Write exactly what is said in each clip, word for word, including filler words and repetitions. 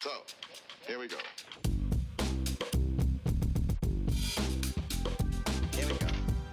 So, here we go. Here we go.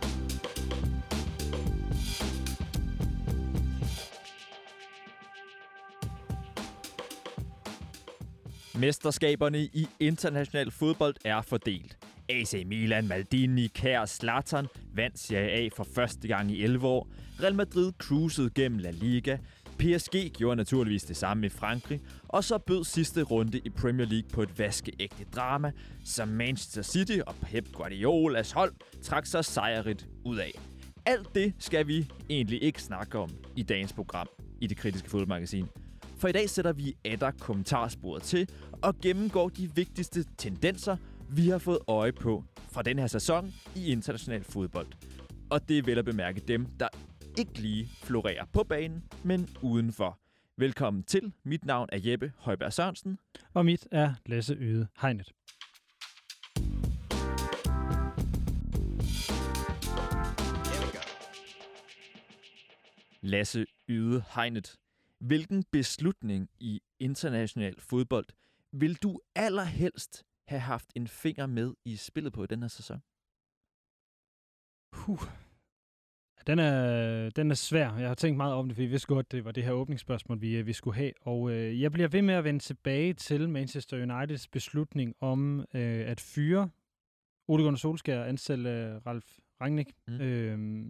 Mesterskaberne i international fodbold er fordelt. A C Milan, Maldini, Kjær og Zlatan vandt Serie A for første gang i elleve år. Real Madrid cruisede gennem La Liga. P S G gjorde naturligvis det samme i Frankrig. Og så bød sidste runde i Premier League på et vaskeægte drama, som Manchester City og Pep Guardiolas hold trak sig sejrigt ud af. Alt det skal vi egentlig ikke snakke om i dagens program i Det Kritiske Fodboldmagasin. For i dag sætter vi atter kommentarsporet til og gennemgår de vigtigste tendenser, vi har fået øje på fra den her sæson i international fodbold. Og det er vel at bemærke dem, der ikke lige florerer på banen, men udenfor. Velkommen til. Mit navn er Jeppe Højberg Sørensen. Og mit er Lasse Yde Hegnet. Lasse Yde Hegnet. Hvilken beslutning i international fodbold vil du allerhelst have haft en finger med i spillet på i den her sæson? Huh. Den er, den er svær. Jeg har tænkt meget om det, fordi vi vidste godt, det var det her åbningsspørgsmål, vi, vi skulle have. Og øh, jeg bliver ved med at vende tilbage til Manchester Uniteds beslutning om øh, at fyre Ole Gunnar Solskjaer og ansætte øh, Ralf Rangnick. Mm. Øh,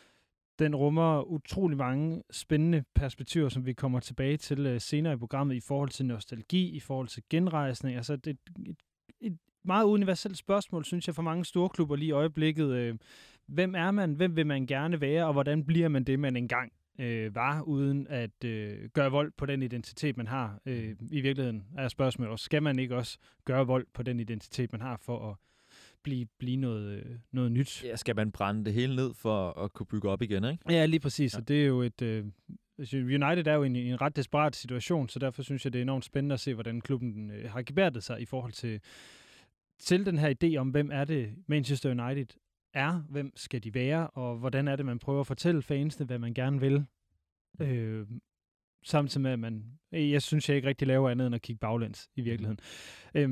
den rummer utrolig mange spændende perspektiver, som vi kommer tilbage til øh, senere i programmet, i forhold til nostalgi, i forhold til genrejsning. Altså, det er et, et meget universelt spørgsmål, synes jeg, for mange storklubber lige i øjeblikket. Øh, hvem er man? Hvem vil man gerne være? Og hvordan bliver man det, man engang øh, var, uden at øh, gøre vold på den identitet, man har? Øh, I virkeligheden er spørgsmålet også, skal man ikke også gøre vold på den identitet, man har, for at blive, blive noget, noget nyt? Ja, skal man brænde det hele ned for at kunne bygge op igen, ikke? Ja, lige præcis. Ja. Og det er jo et... Øh, United er jo i en, en ret desperat situation, så derfor synes jeg, det er enormt spændende at se, hvordan klubben øh, har gebærdet sig i forhold til, til den her idé om, hvem er det Manchester United er, hvem skal de være, og hvordan er det, man prøver at fortælle fansene, hvad man gerne vil. Øh, samtidig med, at man... Jeg synes, jeg ikke rigtig laver andet end at kigge baglæns i virkeligheden. Øh,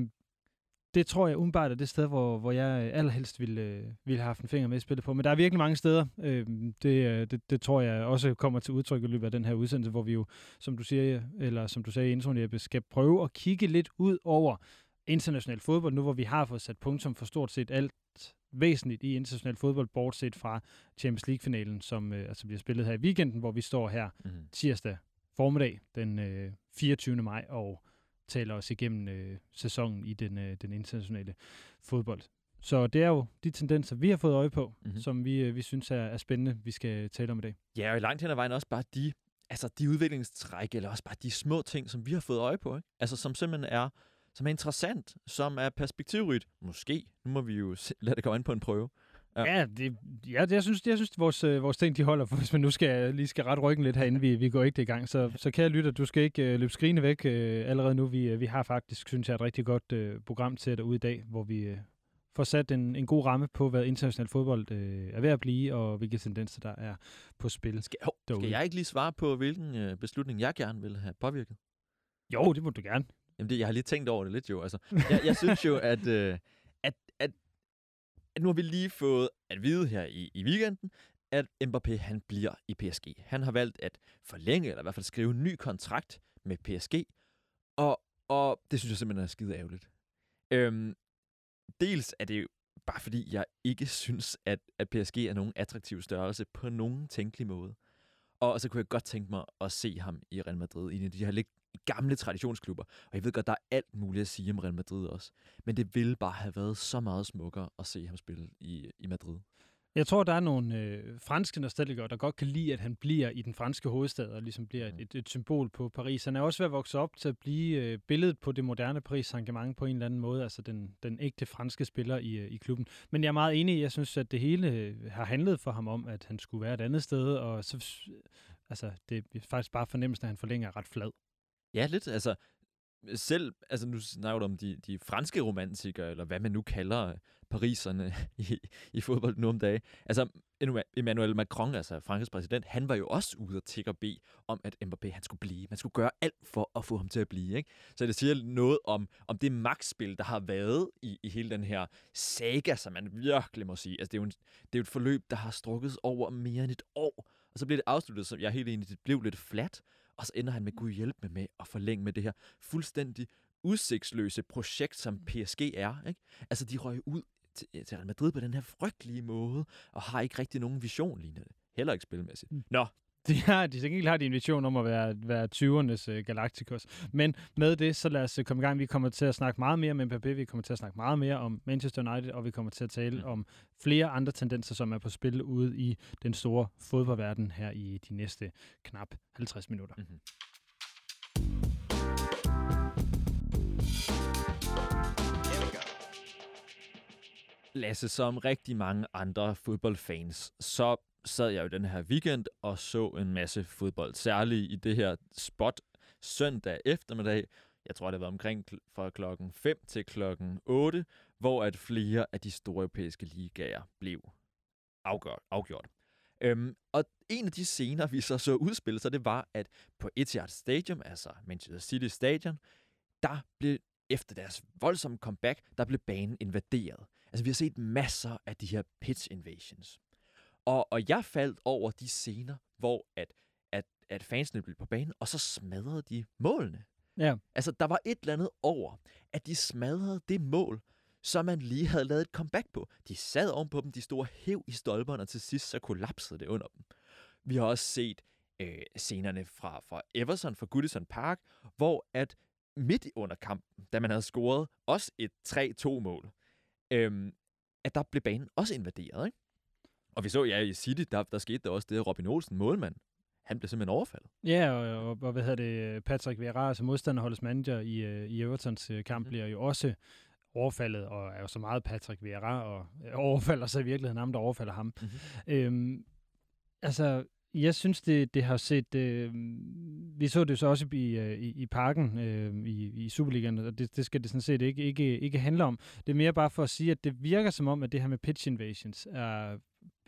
Det tror jeg umiddelbart er det sted, hvor, hvor jeg allerhelst ville, ville have haft en finger med i spillet på. Men der er virkelig mange steder. Øh, det, det, det tror jeg også kommer til udtryk i løbet af den her udsendelse, hvor vi jo, som du siger, eller som du sagde i introen, Jeppe, skal prøve at kigge lidt ud over international fodbold, nu hvor vi har fået sat punktum for stort set alt væsentligt i international fodbold, bortset fra Champions League-finalen, som øh, altså bliver spillet her i weekenden, hvor vi står her mm-hmm. tirsdag formiddag, den øh, fireogtyvende maj, og taler os igennem øh, sæsonen i den, øh, den internationale fodbold. Så det er jo de tendenser, vi har fået øje på, mm-hmm. som vi, øh, vi synes er, er spændende, vi skal tale om i dag. Ja, og langt hen ad vejen også bare de, altså de udviklingstræk, eller også bare de små ting, som vi har fået øje på, ikke? Altså som simpelthen er, som er interessant, som er perspektivrigt. Måske. Nu må vi jo se, lade det komme ind på en prøve. Ja, ja, det, ja det, jeg synes, det, jeg synes vores, øh, vores ting, de holder, for hvis man nu skal, lige skal rette ryggen lidt herinde, vi, vi går ikke det i gang. Så, så kære lytter, du skal ikke øh, løbe skrigende væk øh, allerede nu. Vi, øh, vi har faktisk, synes jeg, et rigtig godt øh, program til derude i dag, hvor vi øh, får sat en, en god ramme på, hvad international fodbold øh, er ved at blive, og hvilke tendenser, der er på spil. Skal, oh, skal jeg ikke lige svare på, hvilken øh, beslutning jeg gerne vil have påvirket? Jo, det må du gerne. Jamen, det, jeg har lige tænkt over det lidt jo. Altså, jeg, jeg synes jo, at, øh, at, at, at nu har vi lige fået at vide her i, i weekenden, at Mbappé han bliver i P S G. Han har valgt at forlænge, eller i hvert fald skrive en ny kontrakt med P S G, og, og det synes jeg simpelthen er skide ærgerligt. Øhm, dels er det jo bare fordi, jeg ikke synes, at, at P S G er nogen attraktiv størrelse på nogen tænkelig måde. Og så kunne jeg godt tænke mig at se ham i Real Madrid, i de her lidt gamle traditionsklubber. Og jeg ved godt, der er alt muligt at sige om Real Madrid også. Men det ville bare have været så meget smukkere at se ham spille i, i Madrid. Jeg tror, der er nogle øh, franske nostalgikere, der godt kan lide, at han bliver i den franske hovedstad, og ligesom bliver et, et, et symbol på Paris. Han er også ved at vokse op til at blive øh, billedet på det moderne Paris Saint-Germain på en eller anden måde, altså den, den ægte franske spiller i, øh, i klubben. Men jeg er meget enig, jeg synes, at det hele øh, har handlet for ham om, at han skulle være et andet sted, og så, altså, det er faktisk bare fornemmelsen, at han forlænger ret flad. Ja, lidt. Altså, selv, altså nu snakker du om de, de franske romantikere, eller hvad man nu kalder pariserne i, i fodbold nu om dagen. Altså, Emmanuel Macron, altså Frankrigs præsident, han var jo også ude og tikke og bede om, at Mbappé han skulle blive. Man skulle gøre alt for at få ham til at blive, ikke? Så det siger noget om, om det magtspil, der har været i, i hele den her saga, som man virkelig må sige. Altså, det er jo, en, det er jo et forløb, der har strukket over mere end et år. Og så bliver det afsluttet, så jeg er helt enig, det blev lidt flat. Og så ender han med Gud hjælpe med, med at forlænge med det her fuldstændig udsigtsløse projekt, som P S G er, ikke? Altså, de røg ud til, til Real Madrid på den her frygtelige måde, og har ikke rigtig nogen vision lignende det. Heller ikke spilmæssigt. Nå. De har, de ikke har de en vision om at være, være tyvernes uh, Galacticos. Men med det, så lad os uh, komme i gang. Vi kommer til at snakke meget mere om Mbappé, vi kommer til at snakke meget mere om Manchester United, og vi kommer til at tale mm. om flere andre tendenser, som er på spil ude i den store fodboldverden her i de næste knap halvtreds minutter. Mm-hmm. Lasse, som rigtig mange andre fodboldfans, så sad jeg jo den her weekend og så en masse fodbold. Særligt i det her spot søndag eftermiddag. Jeg tror, det var omkring fra klokken fem til klokken otte, hvor at flere af de store europæiske ligaer blev afgjort. afgjort. Øhm, og en af de scener, vi så så udspille sig, det var, at på Etihad Stadium, altså Manchester City Stadion, der blev efter deres voldsomme comeback, der blev banen invaderet. Altså, vi har set masser af de her pitch invasions. Og, og jeg faldt over de scener, hvor at, at, at fansene blev på banen, og så smadrede de målene. Ja. Altså, der var et eller andet over, at de smadrede det mål, som man lige havde lavet et comeback på. De sad ovenpå dem, de store hæv i stolperne, og til sidst så kollapsede det under dem. Vi har også set øh, scenerne fra, fra Everton, fra Goodison Park, hvor at midt under kampen, da man havde scoret også et tre to-mål, øhm, at der blev banen også invaderet, ikke? Og vi så, ja, i City, der, der skete der også det, at Robin Olsen, målmand, han blev simpelthen overfaldet. Ja, og, og, og hvad hedder det, Patrick Vieira, altså modstanderholdets manager i, i Evertons kamp, mm. bliver jo også overfaldet, og er jo så meget Patrick Vieira, og overfalder sig i virkeligheden ham, der overfalder ham. Mm-hmm. Øhm, altså, jeg synes, det, det har set... Øh, vi så det så også i, i, i parken øh, i, i Superligaen, og det, det skal det sådan set ikke, ikke, ikke handle om. Det er mere bare for at sige, at det virker som om, at det her med pitch invasions er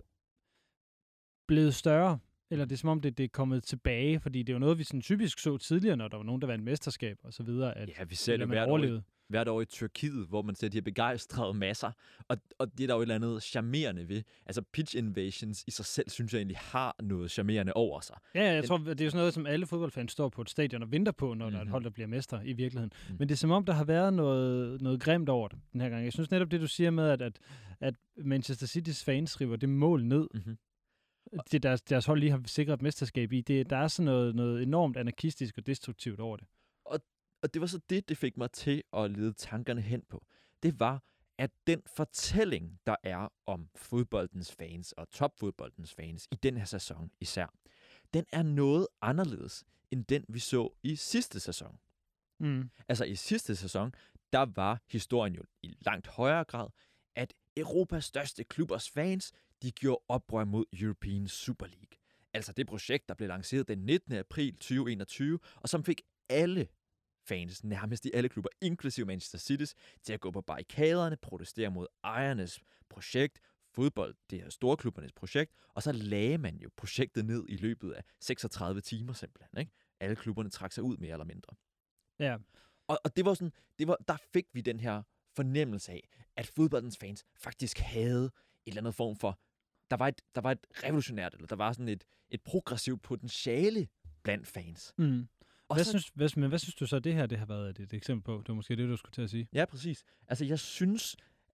blevet større, eller det er som om, det, det er kommet tilbage, fordi det er jo noget, vi sådan typisk så tidligere, når der var nogen, der vandt mesterskab og så videre, at ja, vi ser det hvert år, hvert år i Tyrkiet, hvor man ser de her begejstrede masser, og, og det er der jo et eller andet charmerende ved. Altså pitch invasions i sig selv, synes jeg egentlig har noget charmerende over sig. Ja, jeg Den, tror, det er jo sådan noget, som alle fodboldfans står på et stadion og venter på, når mm-hmm. der er et hold, der bliver mester i virkeligheden. Mm. Men det er som om, der har været noget, noget grimt over det den her gang. Jeg synes netop det, du siger med, at, at, at Manchester City's fans river det mål ned, mm-hmm. det deres, deres hold lige har sikret mesterskab i, det, der er sådan noget, noget enormt anarkistisk og destruktivt over det. Og, og det var så det, det fik mig til at lede tankerne hen på. Det var, at den fortælling, der er om fodboldens fans og topfodboldens fans i den her sæson især, den er noget anderledes end den, vi så i sidste sæson. Mm. Altså i sidste sæson, der var historien jo i langt højere grad, at Europas største klubbers fans, de gjorde oprør mod European Super League. Altså det projekt, der blev lanceret den nittende april tyve enogtyve, og som fik alle fans, nærmest i alle klubber, inklusive Manchester City's, til at gå på barrikaderne, protestere mod ejernes projekt, fodbold, det her store klubbernes projekt, og så lagde man jo projektet ned i løbet af seksogtredive timer simpelthen, ikke? Alle klubberne trak sig ud mere eller mindre. Ja. Og, og det var sådan, det var, der fik vi den her fornemmelse af, at fodboldens fans faktisk havde et eller andet form for, der var et, der var et revolutionært, eller der var sådan et, et progressivt potentiale blandt fans. Mm. Og hvad, så, synes, hvad, men hvad synes du så, det her det har været et, et eksempel på? Det var måske det, du skulle til at sige. Ja, præcis. Altså, jeg synes,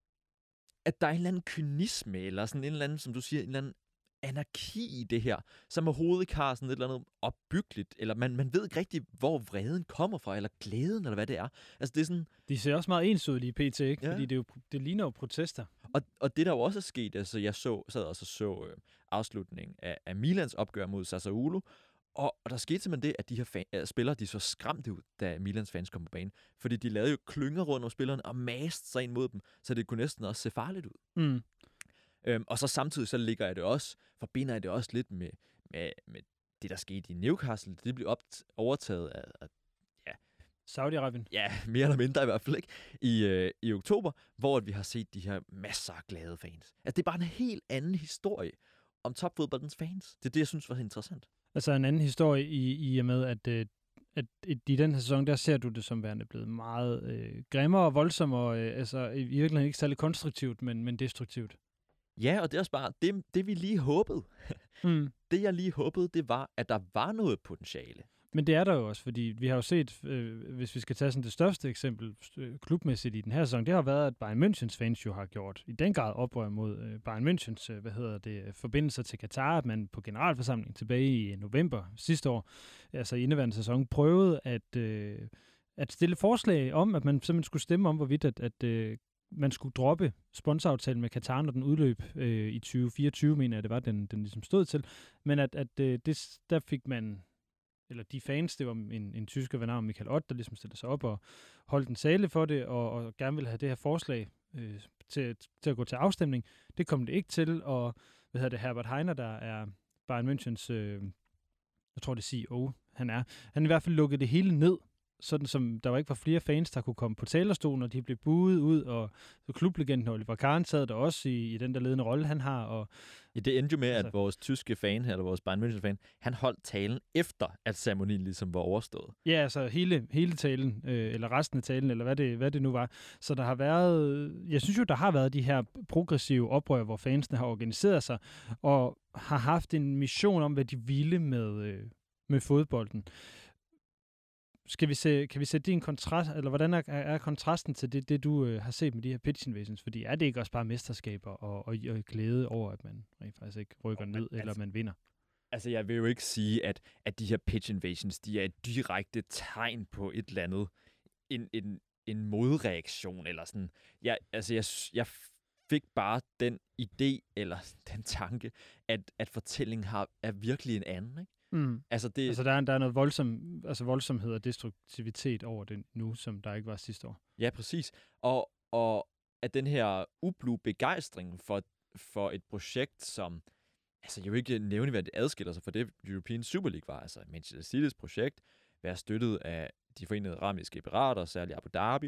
at der er en eller anden kynisme, eller sådan en eller anden, som du siger, en eller anden anarki i det her, som overhovedet ikke har sådan et eller andet opbyggeligt, eller man, man ved ikke rigtig, hvor vreden kommer fra, eller glæden, eller hvad det er. Altså, det er sådan... De ser også meget entydige i P T, ikke? Ja. Fordi det, jo, det ligner jo protester. Og, og det, der jo også er sket, altså, jeg så, sad også så øh, afslutningen af, af Milans opgør mod Sassuolo, og, og der skete simpelthen det, at de her fan, øh, spillere, de så skræmte ud, da Milans fans kom på banen. Fordi de lavede jo klynger rundt om spillerne, og maste sig ind mod dem, så det kunne næsten også se farligt ud. Mm. Øhm, og så samtidig så ligger jeg det også, forbinder jeg det også lidt med, med, med det, der skete i Newcastle. Det blev op, overtaget af, af ja, Saudi-Arabien. Ja, mere eller mindre i hvert fald, ikke? I, øh, i oktober, hvor vi har set de her masser af glade fans. Altså, det er bare en helt anden historie om topfodboldens fans. Det er det, jeg synes var interessant. Altså en anden historie i, i og med, at, øh, at i den her sæson, der ser du det som værende blevet meget øh, grimmere og voldsommere. Øh, altså i virkeligheden ikke særlig konstruktivt, men, men destruktivt. Ja, og det er også bare det, det vi lige håbede. Mm. Det, jeg lige håbede, det var, at der var noget potentiale. Men det er der jo også, fordi vi har jo set, øh, hvis vi skal tage sådan det største eksempel øh, klubmæssigt i den her sæson, det har været, at Bayern Münchens fans jo har gjort i den grad oprør mod øh, Bayern Münchens, øh, hvad hedder det, forbindelser til Katar, at man på generalforsamlingen tilbage i november sidste år, altså i indeværende sæson, prøvede at, øh, at stille forslag om, at man simpelthen skulle stemme om, hvorvidt at, at øh, man skulle droppe sponsoraftalen med Katar, når den udløb øh, i tyve fireogtyve, mener jeg, det var, den, den ligesom stod til. Men at, at øh, det, der fik man, eller de fans, det var en, en tysker ved navn Michael Ott, der ligesom stillede sig op og holdt en sale for det, og, og gerne ville have det her forslag øh, til, til at gå til afstemning. Det kom det ikke til, og hvad hedder det, Herbert Heiner, der er Bayern Münchens, øh, jeg tror det er C E O, han er, han i hvert fald lukkede det hele ned, sådan som der var ikke var flere fans, der kunne komme på talerstolen, og de blev buet ud, og klublegenden Oliver Kahn sad der også i, i den der ledende rolle, han har. Og ja, det endte jo med, altså, at vores tyske fan, eller vores Bayern München-fan, han holdt talen efter, at ceremonien ligesom var overstået. Ja, altså hele, hele talen, øh, eller resten af talen, eller hvad det, hvad det nu var. Så der har været, jeg synes jo, der har været de her progressive oprør, hvor fansene har organiseret sig, og har haft en mission om, hvad de ville med, øh, med fodbolden. Skal vi se, kan vi sætte det i en kontrast, eller hvordan er, er kontrasten til det, det du øh, har set med de her pitch invasions? Fordi er det ikke også bare mesterskaber og, og, og glæde over, at man rent faktisk ikke rykker oh, ned, altså, eller man vinder? Altså, jeg vil jo ikke sige, at, at de her pitch invasions, de er et direkte tegn på et eller andet, en, en, en modreaktion, eller sådan. Jeg, altså, jeg, jeg fik bare den idé, eller den tanke, at, at fortællingen har, er virkelig en anden, ikke? Mm. Altså, det, altså der, er, der er noget voldsom, altså voldsomhed og destruktivitet over den nu, som der ikke var sidste år. Ja, præcis. Og, og at den her ublu begejstring for, for et projekt, som altså jeg vil ikke nævne, hvad det adskiller sig for det European Super League var, altså Manchester City's projekt, være støttet af de forenede arabiske emirater, særligt Abu Dhabi,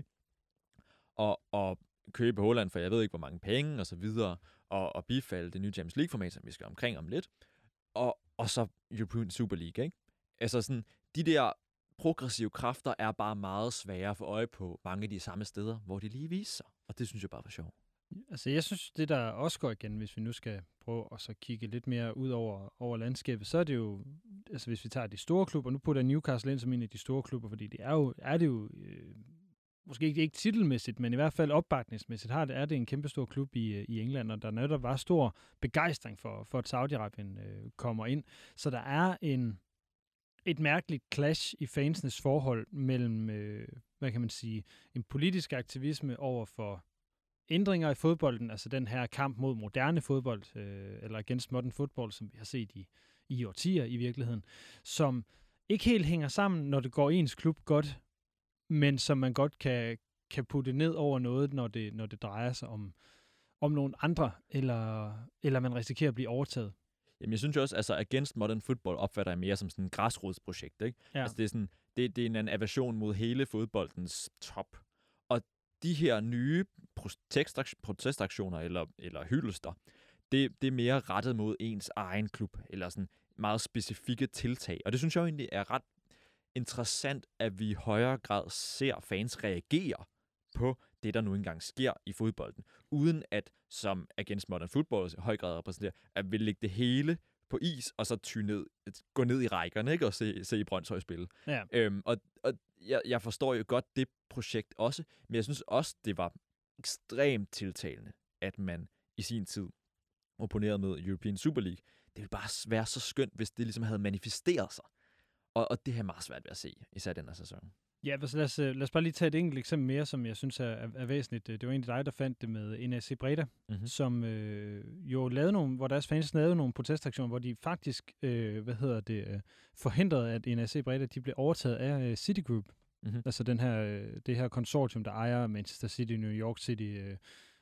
og, og købe Holland for jeg ved ikke hvor mange penge, og så videre, og, og bifalde det nye Champions League-format, som vi skal omkring om lidt, og, og så European Super League, ikke? Altså sådan, de der progressive kræfter er bare meget svære at få øje på mange af de samme steder, hvor de lige viser sig, og det synes jeg bare var sjovt. Altså jeg synes, det der også går igen, hvis vi nu skal prøve at så kigge lidt mere ud over, over landskabet, så er det jo, altså hvis vi tager de store klubber, nu putter Newcastle ind som en af de store klubber, fordi det er jo, er det jo øh, måske ikke, ikke titelmæssigt, men i hvert fald opbakningsmæssigt har det, er det en kæmpe stor klub i, i England, og der netop var stor begejstring for, for at Saudi-Arabien øh, kommer ind. Så der er en, et mærkeligt clash i fansenes forhold mellem, øh, hvad kan man sige, en politisk aktivisme over for ændringer i fodbolden, altså den her kamp mod moderne fodbold, øh, eller against modern football, som vi har set i, i årtier i virkeligheden, som ikke helt hænger sammen, når det går ens klub godt, men som man godt kan, kan putte ned over noget, når det, når det drejer sig om, om nogle andre, eller, eller man risikerer at blive overtaget. Jamen, jeg synes jo også, altså Against Modern Football opfatter jeg mere som sådan et græsrodsprojekt, ikke? Ja. Altså, det er sådan, det, det er en aversion mod hele fodboldens top. Og de her nye protestaktioner eller, eller hyldester, det, det er mere rettet mod ens egen klub, eller sådan meget specifikke tiltag. Og det synes jeg jo egentlig er ret interessant, at vi i højere grad ser fans reagere på det, der nu engang sker i fodbolden, uden at, som Against Modern Football i høj grad repræsenterer, at vi lægge det hele på is, og så ty ned, gå ned i rækkerne, ikke? Og se, se i Brøndshøj spille. Ja. Øhm, og og jeg, jeg forstår jo godt det projekt også, men jeg synes også, det var ekstremt tiltalende, at man i sin tid opponerede med European Super League. Det ville bare være så skønt, hvis det ligesom havde manifesteret sig. Og, og det har jeg meget svært ved at se, især den her sæson. Ja, lad os, lad os bare lige tage et enkelt eksempel mere, som jeg synes er, er, er væsentligt. Det var egentlig dig, der fandt det med N A C Breda, mm-hmm. som øh, jo lavede nogle, hvor deres fans lavede nogle protestaktioner, hvor de faktisk, øh, hvad hedder det, øh, forhindrede, at N A C Breda, de blev overtaget af øh, Citigroup. Mm-hmm. Altså den her, øh, det her konsortium, der ejer Manchester City, New York City, øh,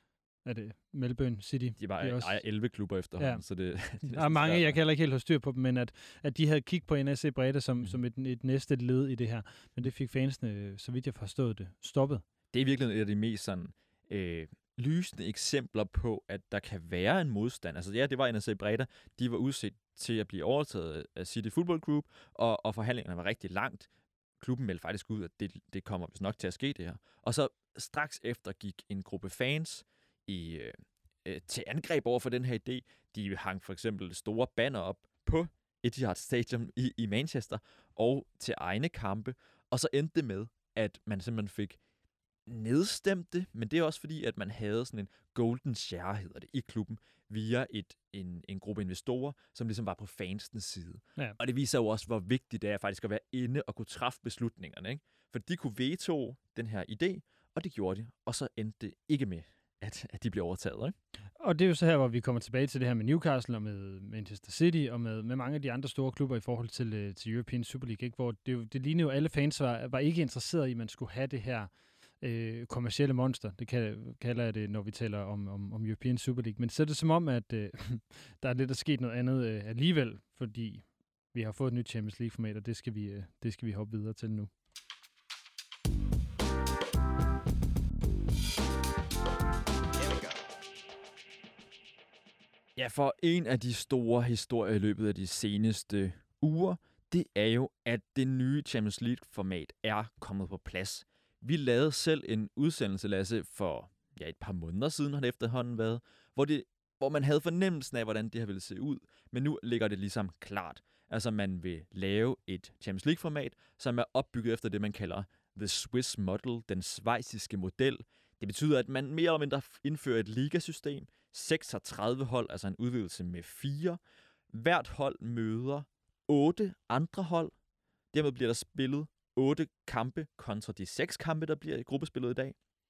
er det Melbourne City. De bare de også, ejer elleve klubber efterhånden, ja. Så det, det der er mange, svært. Jeg kan heller ikke helt have styr på dem, men at, at de havde kigget på N S C Breda som, mm. som et, et næste led i det her. Men det fik fansene, så vidt jeg forstod det, stoppet. Det er virkelig et af de mest sådan, øh, lysende eksempler på, at der kan være en modstand. Altså ja, det var N S C Breda. De var udset til at blive overtaget af City Football Group, og, og forhandlingerne var rigtig langt. Klubben meldte faktisk ud, at det, det kommer vist nok til at ske, det her. Og så straks efter gik en gruppe fans i, øh, til angreb over for den her idé. De hang for eksempel store banner op på Etihad Stadium i, i Manchester og til egne kampe. Og så endte det med, at man simpelthen fik nedstemt det, men det er også fordi, at man havde sådan en golden share, hedder det, i klubben, via et, en, en gruppe investorer, som ligesom var på fansens side. Ja. Og det viser jo også, hvor vigtigt det er faktisk at være inde og kunne træffe beslutningerne, ikke? For de kunne veto den her idé, og det gjorde de, og så endte det ikke med, at, at de blev overtaget, ikke? Og det er jo så her, hvor vi kommer tilbage til det her med Newcastle og med Manchester City og med, med mange af de andre store klubber i forhold til, til European Super League, ikke? Hvor det, det lignede jo, alle fans var, var ikke interesseret i, at man skulle have det her øh, kommercielle monster. Det kalder jeg det, når vi taler om, om, om European Super League. Men så er det som om, at øh, der er lidt at sket noget andet øh, alligevel, fordi vi har fået et nyt Champions League-format, og det skal vi, øh, det skal vi hoppe videre til nu. Ja, for en af de store historier i løbet af de seneste uger, det er jo, at det nye Champions League-format er kommet på plads. Vi lavede selv en udsendelse, Lasse, for ja, et par måneder siden har det efterhånden været, hvor, det, hvor man havde fornemmelsen af, hvordan det her ville se ud. Men nu ligger det ligesom klart. Altså, man vil lave et Champions League-format, som er opbygget efter det, man kalder The Swiss Model, den schweiziske model. Det betyder, at man mere eller mindre indfører et ligasystem, seksogtredive hold, altså en udvidelse med fire. Hvert hold møder otte andre hold. Dermed bliver der spillet otte kampe kontra de seks kampe, der bliver i gruppespillet i dag.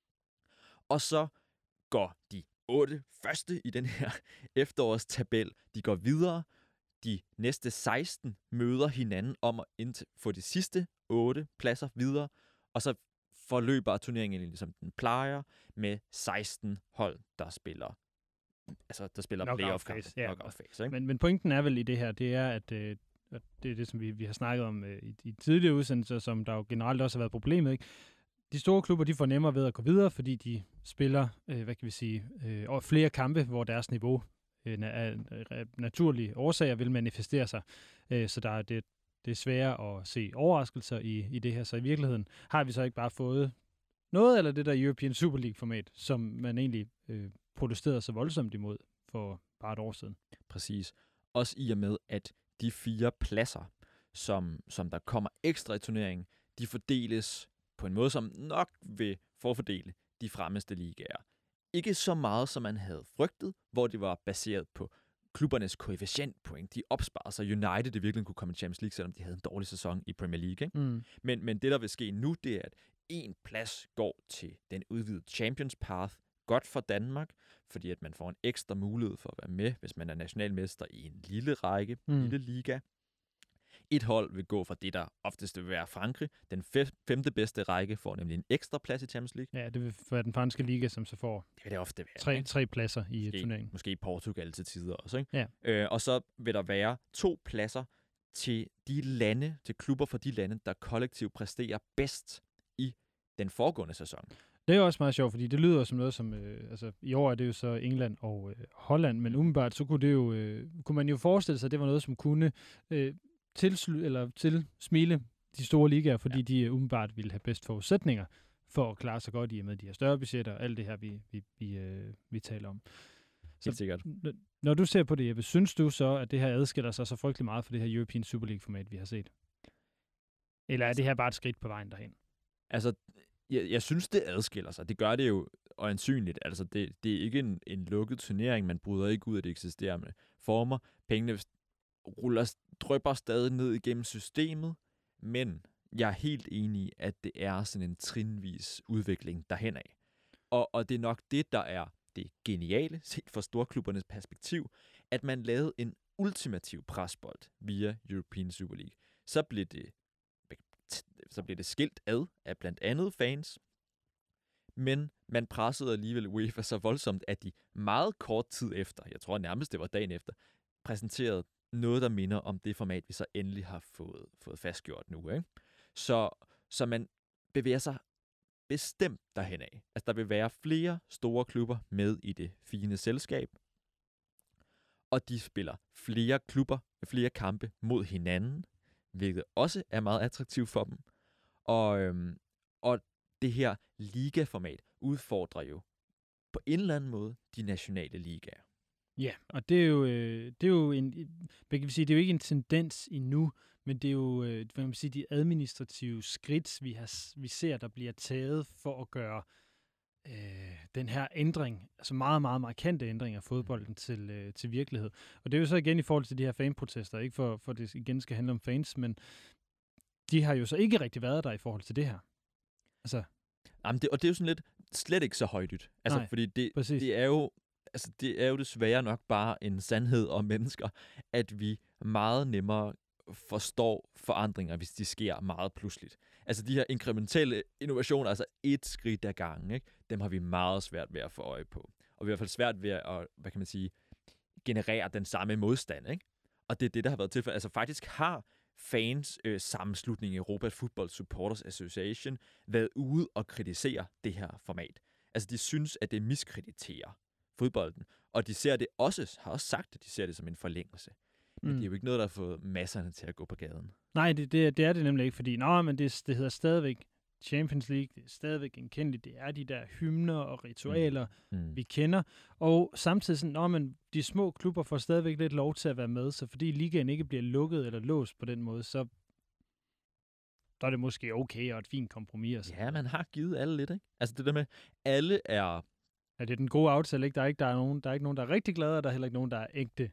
Og så går de otte første i den her efterårstabel, de går videre. De næste seksten møder hinanden om at få de sidste otte pladser videre, og så forløber turneringen ligesom den plejer med seksten hold, der spiller altså der spiller playoff-kampe. Ja. Knockout-fase, ikke? Men, men pointen er vel i det her, det er, at øh, det er det, som vi, vi har snakket om øh, i, i tidligere udsendelser, som der jo generelt også har været problemet, ikke? De store klubber, de får nemmere ved at gå videre, fordi de spiller, øh, hvad kan vi sige, øh, flere kampe, hvor deres niveau øh, af naturlige årsager vil manifestere sig. Øh, så der er det, det er sværere at se overraskelser i, i det her. Så i virkeligheden har vi så ikke bare fået noget eller det der European Super League-format, som man egentlig øh, protesterede så voldsomt imod for bare et år siden. Præcis. Også i og med, at de fire pladser, som, som der kommer ekstra i turneringen, de fordeles på en måde, som nok vil forfordele de fremmeste ligaer. Ikke så meget, som man havde frygtet, hvor det var baseret på klubbernes koefficientpoint. De opsparer sig United, det virkelig kunne komme i Champions League, selvom de havde en dårlig sæson i Premier League. Ikke? Mm. Men, men det, der vil ske nu, det er, at en plads går til den udvidede Champions Path. Godt for Danmark, fordi at man får en ekstra mulighed for at være med, hvis man er nationalmester i en lille række, mm. lille liga. Et hold vil gå fra det, der oftest vil være Frankrig. Den femte bedste række får nemlig en ekstra plads i Champions League. Ja, det vil være den franske liga, som så får det vil det ofte være, tre, tre pladser i måske, turneringen. Måske Portugal til tider også. Ikke? Ja. Øh, og så vil der være to pladser til de lande, til klubber for de lande, der kollektivt præsterer bedst i den foregående sæson. Det er også meget sjovt, fordi det lyder som noget som, øh, altså i år er det jo så England og øh, Holland, men umiddelbart så kunne det jo, øh, kunne man jo forestille sig, at det var noget, som kunne øh, tilslu- eller tilsmile de store ligaer, fordi ja. de umiddelbart ville have bedst forudsætninger for at klare sig godt i med de her større budgetter og alt det her, vi, vi, vi, øh, vi taler om. Så, Helt sikkert. N- når du ser på det, Jeppe, synes du så, at det her adskiller sig så frygtelig meget for det her European Super League-format, vi har set? Eller er det her bare et skridt på vejen derhen? Altså, jeg, jeg synes, det adskiller sig. Det gør det jo øjensynligt. Altså, det, det er ikke en, en lukket turnering. Man bryder ikke ud af de eksisterende former. Pengene ruller, drypper stadig ned igennem systemet, men jeg er helt enig i, at det er sådan en trinvis udvikling derhenad. Og, og det er nok det, der er det geniale, set fra storklubbernes perspektiv, at man lavede en ultimativ presbold via European Super League. Så blev det, så blev det skilt ad af blandt andet fans, Men man pressede alligevel UEFA så voldsomt, at de meget kort tid efter, jeg tror nærmest det var dagen efter, præsenterede noget, der minder om det format, vi så endelig har fået, fået fastgjort nu. Ikke? Så, så man bevæger sig bestemt derhen af. Altså, der vil være flere store klubber med i det fine selskab, og de spiller flere klubber, flere kampe mod hinanden, hvilket også er meget attraktivt for dem. Og, øhm, og det her ligaformat udfordrer jo på en eller anden måde de nationale ligaer. Ja, og det er jo, øh, det er jo en, hvad kan vi sige, det er jo ikke en tendens endnu, men det er jo, øh, hvad kan man sige, de administrative skridt, vi, har, vi ser, der bliver taget for at gøre øh, den her ændring, altså meget, meget markante ændring af fodbolden til, øh, til virkelighed. Og det er jo så igen i forhold til de her fanprotester, ikke for, for det igen skal handle om fans, men de har jo så ikke rigtig været der i forhold til det her. Altså. Jamen det, og det er jo sådan lidt slet ikke så højdydt. Altså, Nej, fordi det, præcis. det er jo altså, det er jo desværre nok bare en sandhed om mennesker, at vi meget nemmere forstår forandringer, hvis de sker meget pludseligt. Altså de her inkrementelle innovationer, altså et skridt ad gangen, ikke? Dem har vi meget svært ved at få øje på. Og vi har i hvert fald svært ved at, hvad kan man sige, generere den samme modstand, ikke? Og det er det, der har været tilfældet. Altså faktisk har fans øh, sammenslutning i Europa Football Supporters Association været ude og kritisere det her format. Altså de synes, at det miskrediterer fodbolden. Og de ser det også, har også sagt, at de ser det som en forlængelse. Men mm. det er jo ikke noget, der har fået masserne til at gå på gaden. Nej, det, det, det er det nemlig ikke, fordi nå, men det, det hedder stadigvæk Champions League, det er stadigvæk genkendeligt, det er de der hymner og ritualer, mm. Mm. vi kender, og samtidig sådan, nå, men de små klubber får stadigvæk lidt lov til at være med, så fordi ligaen ikke bliver lukket eller låst på den måde, så der er det måske okay og et fint kompromis. Ja, man har givet alle lidt, ikke? Altså det der med, alle er... Ja, det er den gode aftale, ikke? Der er ikke, der er nogen, der er ikke nogen, der er rigtig glade, og der er heller ikke nogen, der er ægte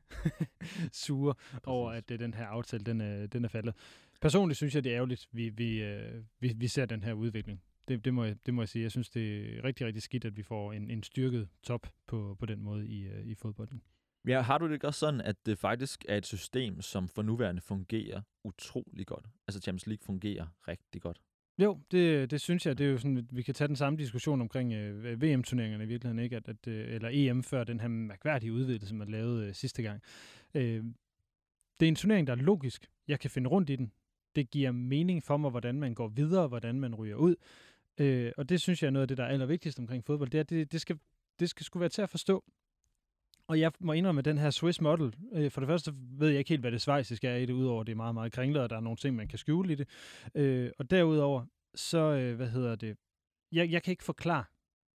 sure over, at det, den her aftale, den er, den er faldet. Personligt synes jeg, det er ærgerligt, vi, vi, øh, vi, vi ser den her udvikling. Det, det, må jeg, det må jeg sige. Jeg synes, det er rigtig, rigtig skidt, at vi får en, en styrket top på, på den måde i, øh, i fodbolden. Ja, har du det ikke også sådan, at det faktisk er et system, som for nuværende fungerer utrolig godt? Altså Champions League fungerer rigtig godt. Jo, det, det synes jeg. Det er jo sådan, at vi kan tage den samme diskussion omkring øh, V M-turneringerne i virkeligheden, ikke? At, at, øh, eller E M før den her mærkværdige udvidelse, som man lavede øh, sidste gang. Øh, det er en turnering, der er logisk. Jeg kan finde rundt i den. Det giver mening for mig, hvordan man går videre, hvordan man ryger ud. Øh, og det synes jeg er noget af det, der er allervigtigst omkring fodbold. Det er, det, det skal, det skal sgu være til at forstå. Og jeg må indrømme, at den her Swiss model, øh, for det første ved jeg ikke helt, hvad det schweiziske er i det, udover det er meget, meget kringlet, og der er nogle ting, man kan skjule i det. Øh, og derudover, så, øh, hvad hedder det, jeg, jeg kan ikke forklare,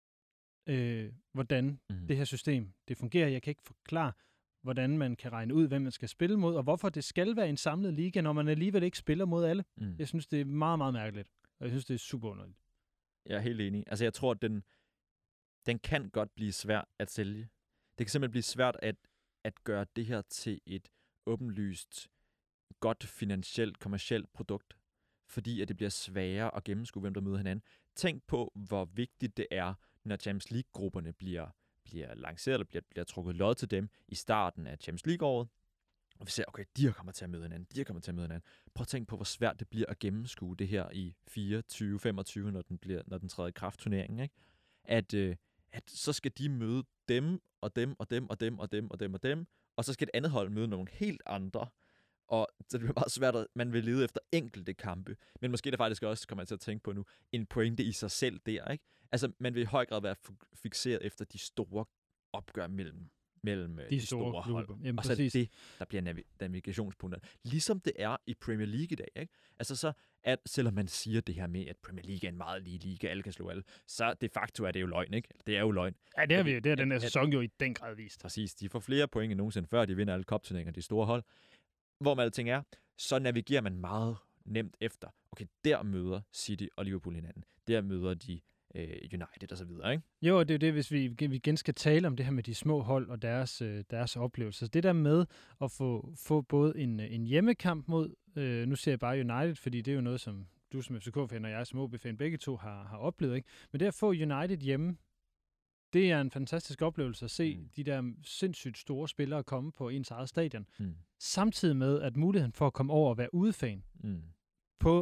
øh, hvordan mm. det her system, det fungerer. Jeg kan ikke forklare, hvordan man kan regne ud, hvem man skal spille mod, og hvorfor det skal være en samlet liga, når man alligevel ikke spiller mod alle. Mm. Jeg synes, det er meget, meget mærkeligt, og jeg synes, det er super underligt. Jeg er helt enig. Altså, jeg tror, at den, den kan godt blive svær at sælge. Det kan simpelthen blive svært at, at gøre det her til et åbenlyst, godt finansielt, kommercielt produkt, fordi at det bliver sværere at gennemskue, hvem der møder hinanden. Tænk på, hvor vigtigt det er, når Champions League-grupperne bliver, bliver lanceret, eller bliver, bliver trukket lod til dem i starten af Champions League-året. Og vi ser, okay, de kommer til at møde hinanden, de kommer til at møde hinanden. Prøv at tænke på, hvor svært det bliver at gennemskue det her i fireogtyve femogtyve, når den, bliver, når den træder i kraft turneringen, ikke? At, øh, at så skal de møde dem, og dem, og dem, og dem, og dem, og dem, og dem, og så skal et andet hold møde nogle helt andre, og så det bliver meget svært, at man vil lede efter enkelte kampe, men måske der faktisk også, kommer jeg til at tænke på nu, en pointe i sig selv der, ikke? Altså, man vil i høj grad være fixeret efter de store opgør mellem, mellem de, de store, store hold, Jamen, og så er det det, der bliver navi- navigationspunkter. Ligesom det er i Premier League i dag, ikke? Altså så, at selvom man siger det her med, at Premier League er en meget lige liga, alle kan slå alle, så de facto er det jo løgn, ikke? Det er jo løgn. Ja, det er vi. Det er den her sæson jo i den grad vist. Præcis. De får flere point end nogensinde før, de vinder alle cupturneringer, de store hold. Hvor man alting er, så navigerer man meget nemt efter. Okay, der møder City og Liverpool hinanden. Der møder de øh, United og så videre, ikke? Jo, og det er jo det, hvis vi, vi igen skal tale om det her med de små hold og deres, øh, deres oplevelser. Det der med at få, få både en, en hjemmekamp mod, øh, nu ser jeg bare United, fordi det er jo noget, som du som F C K-fan og jeg som O B-fan begge to har, har oplevet, ikke? Men det at få United hjemme, det er en fantastisk oplevelse at se mm. de der sindssygt store spillere komme på ens eget stadion. Mm. Samtidig med, at muligheden for at komme over og være udefan mm. på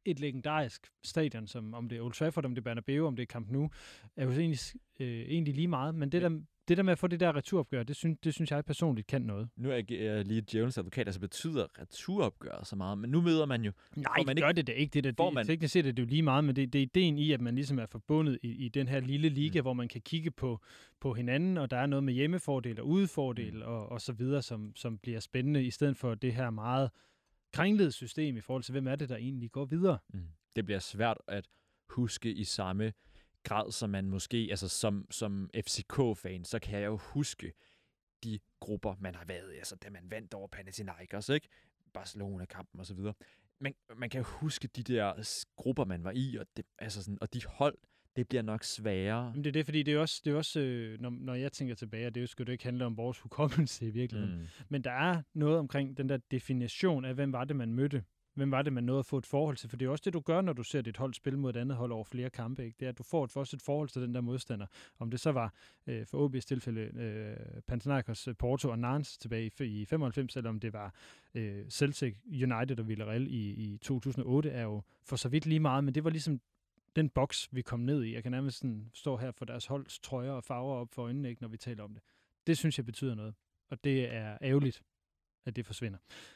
et legendarisk stadion, som om det er Old Trafford, om det er Bernabeu, om det er Camp Nou, er jo egentlig, øh, egentlig lige meget. Men det der, det der med at få det der returopgør, det synes, det synes jeg personligt kan noget. Nu er jeg lige djævelens advokat, altså betyder returopgør så meget, men nu møder man jo... Nej, man ikke, gør det da ikke. Det der, det, man, teknisk set er det jo lige meget, men det, det er ideen i, at man ligesom er forbundet i, i den her lille liga, mm. hvor man kan kigge på, på hinanden, og der er noget med hjemmefordel og udefordel mm. og, og så videre, som, som bliver spændende, i stedet for det her meget kringlede system i forhold til, hvem er det, der egentlig går videre. Mm. Det bliver svært at huske i samme grad, som man måske, altså som, som F C K-fan, så kan jeg jo huske de grupper, man har været i, altså da man vandt over Panathinaikos, ikke? Barcelona-kampen og så videre. Man, man kan huske de der grupper, man var i, og, det, altså sådan, og de hold, det bliver nok sværere. Men det er det, fordi det er også, det er også øh, når, når jeg tænker tilbage, og det skal jo ikke handle om vores hukommelse i virkeligheden, mm. men der er noget omkring den der definition af, hvem var det, man mødte. Hvem var det, man nåede at få et forhold til? For det er også det, du gør, når du ser dit hold spille mod et andet hold over flere kampe. Ikke? Det er, at du får et, først et forhold til den der modstander. Om det så var øh, for O B's tilfælde øh, Panathinaikos, Porto og Nantes tilbage i, i femoghalvfems, eller om det var øh, Celtic, United og Villarreal i, i to tusind og otte, er jo for så vidt lige meget, men det var ligesom den boks, vi kom ned i. Jeg kan nærmest sådan stå her for deres holds trøjer og farver op for øjnene, ikke, når vi taler om det. Det synes jeg betyder noget, og det er ærgerligt, at det forsvinder.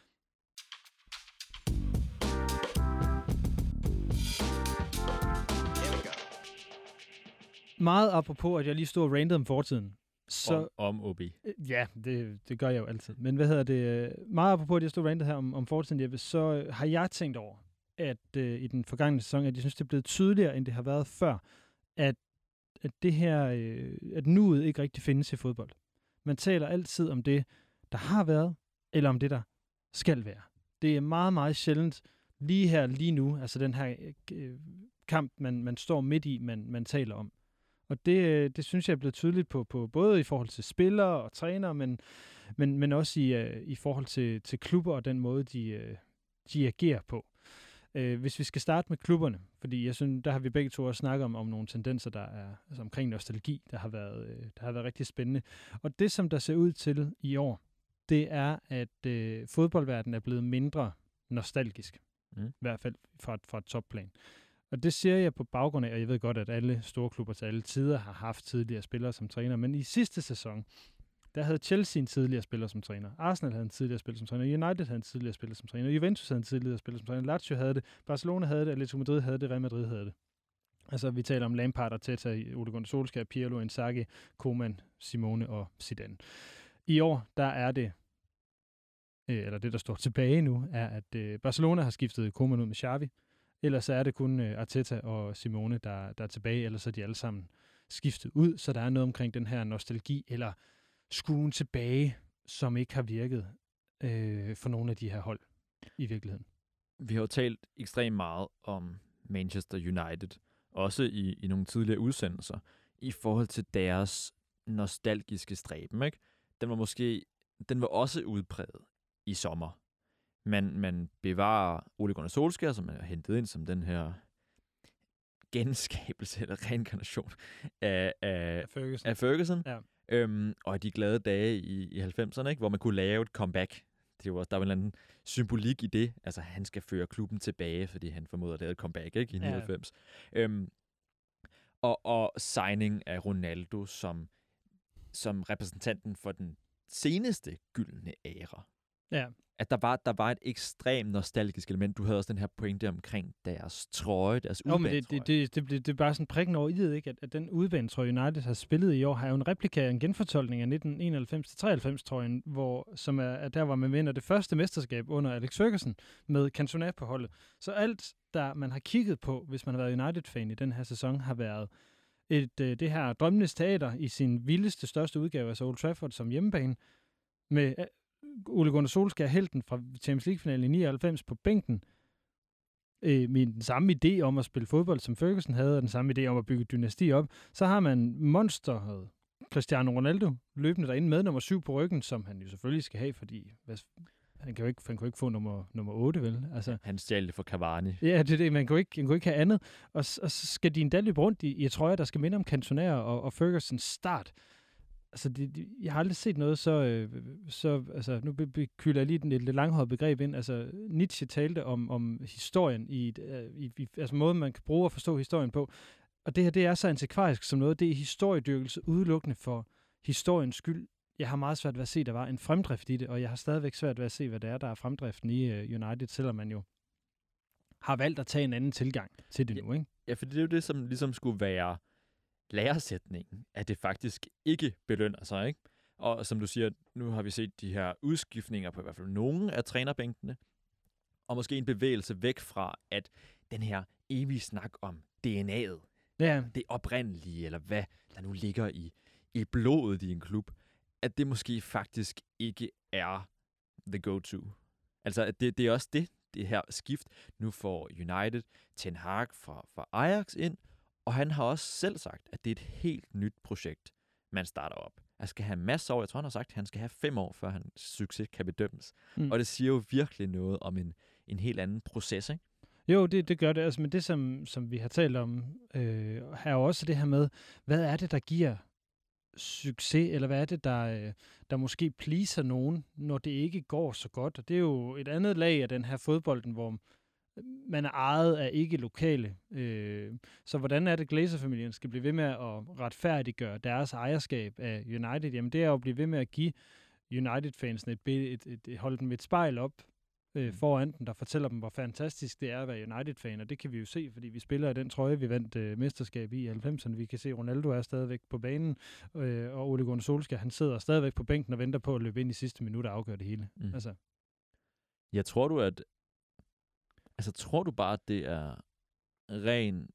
Meget apropos, at jeg lige stod og randede om fortiden. Så, om, om O B. Ja, det, det gør jeg jo altid. Men hvad hedder det? Meget apropos, at jeg stod og randede her om, om fortiden, Jeppe, så har jeg tænkt over, at øh, i den forgangne sæson, at jeg synes, det er blevet tydeligere, end det har været før, at, at det her, øh, at nuet ikke rigtig findes i fodbold. Man taler altid om det, der har været, eller om det, der skal være. Det er meget, meget sjældent lige her, lige nu, altså den her øh, kamp, man, man står midt i, man, man taler om. Og det, det synes jeg er blevet tydeligt på, på både i forhold til spillere og trænere, men, men, men også i, uh, i forhold til, til klubber og den måde, de, uh, de agerer på. Uh, hvis vi skal starte med klubberne, fordi jeg synes, der har vi begge to også snakket om, om nogle tendenser, der er altså omkring nostalgi, der har, været, uh, der har været rigtig spændende. Og det, som der ser ud til i år, det er, at uh, fodboldverdenen er blevet mindre nostalgisk. Mm. I hvert fald fra, fra et topplan. Og det siger jeg på baggrund af, og jeg ved godt, at alle store klubber til alle tider har haft tidligere spillere som træner, men i sidste sæson, der havde Chelsea en tidligere spiller som træner, Arsenal havde en tidligere spiller som træner, United havde en tidligere spiller som træner, Juventus havde en tidligere spiller som træner, Lazio havde det, Barcelona havde det, Atletico Madrid havde det, Real Madrid havde det. Altså, vi taler om Lampard, Arteta, Ole Gunnar Solskjaer, Pirlo, Inzaghi, Koeman, Simone og Zidane. I år, der er det, eller det, der står tilbage nu, er, at Barcelona har skiftet Koeman ud med Xavi. Ellers er det kun uh, Arteta og Simone, der, der er tilbage, ellers er de alle sammen skiftet ud, så der er noget omkring den her nostalgi, eller skruen tilbage, som ikke har virket øh, for nogle af de her hold i virkeligheden. Vi har jo talt ekstremt meget om Manchester United, også i, i nogle tidligere udsendelser, i forhold til deres nostalgiske stræben, ikke? Den var måske, den var også udpræget i sommer. Man, man bevarer Ole Gunnar Solskjaer, som er hentet ind som den her genskabelse eller reinkarnation af, af Ferguson. Af Ferguson. Ja. Øhm, og de glade dage i, i halvfemserne, ikke, hvor man kunne lave et comeback. Det var, der var en eller anden symbolik i det. Altså, han skal føre klubben tilbage, fordi han formoder, at det er et comeback, ikke, i nioghalvfems. Ja. Øhm, og, og signing af Ronaldo som, som repræsentanten for den seneste gyldne æra. Ja. At der var, der var et ekstremt nostalgisk element. Du havde også den her pointe omkring deres trøje, deres udebanetrøje. Det, det, det, det, det, det er bare sådan prikken over i det, ikke? At, at den udebanetrøje, United har spillet i år, har jo en replika, en genfortolkning af nitten enoghalvfems til treoghalvfems-trøjen, hvor, som er, er der, hvor man vinder det første mesterskab under Alex Ferguson med Cantona på holdet. Så alt, der man har kigget på, hvis man har været United-fan i den her sæson, har været et, øh, det her drømmenes teater i sin vildeste, største udgave, altså Old Trafford som hjemmebane, med Ole Gunnar Solskjaer, helten fra Champions League-finalen i nioghalvfems på bænken, øh, med den samme idé om at spille fodbold, som Ferguson havde, og den samme idé om at bygge et dynasti op. Så har man monsteret Cristiano Ronaldo løbende derinde med nummer syv på ryggen, som han jo selvfølgelig skal have, fordi hvad, han kan jo ikke, han kan jo ikke få nummer, nummer otte, vel? Altså, han stjal det for Cavani. Ja, det er det. Man kan jo ikke, man kan jo ikke have andet. Og, og så skal de endda løbe rundt i, i trøjer, der skal minde om Cantona og, og Fergusons start. altså, det, det, jeg har aldrig set noget så, øh, så altså, nu be, be, kylder jeg lige den lidt langhåret begreb ind. Altså, Nietzsche talte om, om historien i, et, øh, i, i altså måden, man kan bruge at forstå historien på. Og det her, det er så antikvarisk som noget. Det er historiedyrkelse udelukkende for historiens skyld. Jeg har meget svært ved at se, at der var en fremdrift i det, og jeg har stadigvæk svært ved at se, hvad det er, der er fremdriften i uh, United, selvom man jo har valgt at tage en anden tilgang til det ja, nu, ikke? Ja, for det er jo det, som ligesom skulle være læresætningen, at det faktisk ikke belønner sig, ikke? Og som du siger, nu har vi set de her udskiftninger på i hvert fald nogle af trænerbænkene, og måske en bevægelse væk fra, at den her evige snak om D N A'et, Ja. det oprindelige, eller hvad der nu ligger i, i blodet i en klub, at det måske faktisk ikke er the go-to. Altså, at det, det er også det, det her skift. Nu får United Ten Hag fra, fra Ajax ind, og han har også selv sagt, at det er et helt nyt projekt, man starter op. Han skal have masser af år. Jeg tror, han har sagt, at han skal have fem år, før hans succes kan bedømmes. Mm. Og det siger jo virkelig noget om en, en helt anden proces, ikke? Jo, det, det gør det. Altså, men det, som, som vi har talt om, øh, er jo også det her med, hvad er det, der giver succes, eller hvad er det, der, der måske pleaser nogen, når det ikke går så godt. Og det er jo et andet lag af den her fodbolden, hvor man er ejet af ikke lokale. Øh, så hvordan er det, Glazer-familien skal blive ved med at retfærdiggøre deres ejerskab af United? Jamen, det er jo at blive ved med at give United-fansene et, et, et, et holde dem et spejl op øh, foran den, der fortæller dem, hvor fantastisk det er at være United-fan, og det kan vi jo se, fordi vi spiller i den trøje, vi vandt øh, mesterskab i halvfemserne. Vi kan se, at Ronaldo er stadigvæk på banen, øh, og Ole Gunnar Solskjaer, han sidder stadigvæk på bænken og venter på at løbe ind i sidste minut og afgøre det hele. Mm. Altså. Jeg tror du, at altså, tror du bare, at det er ren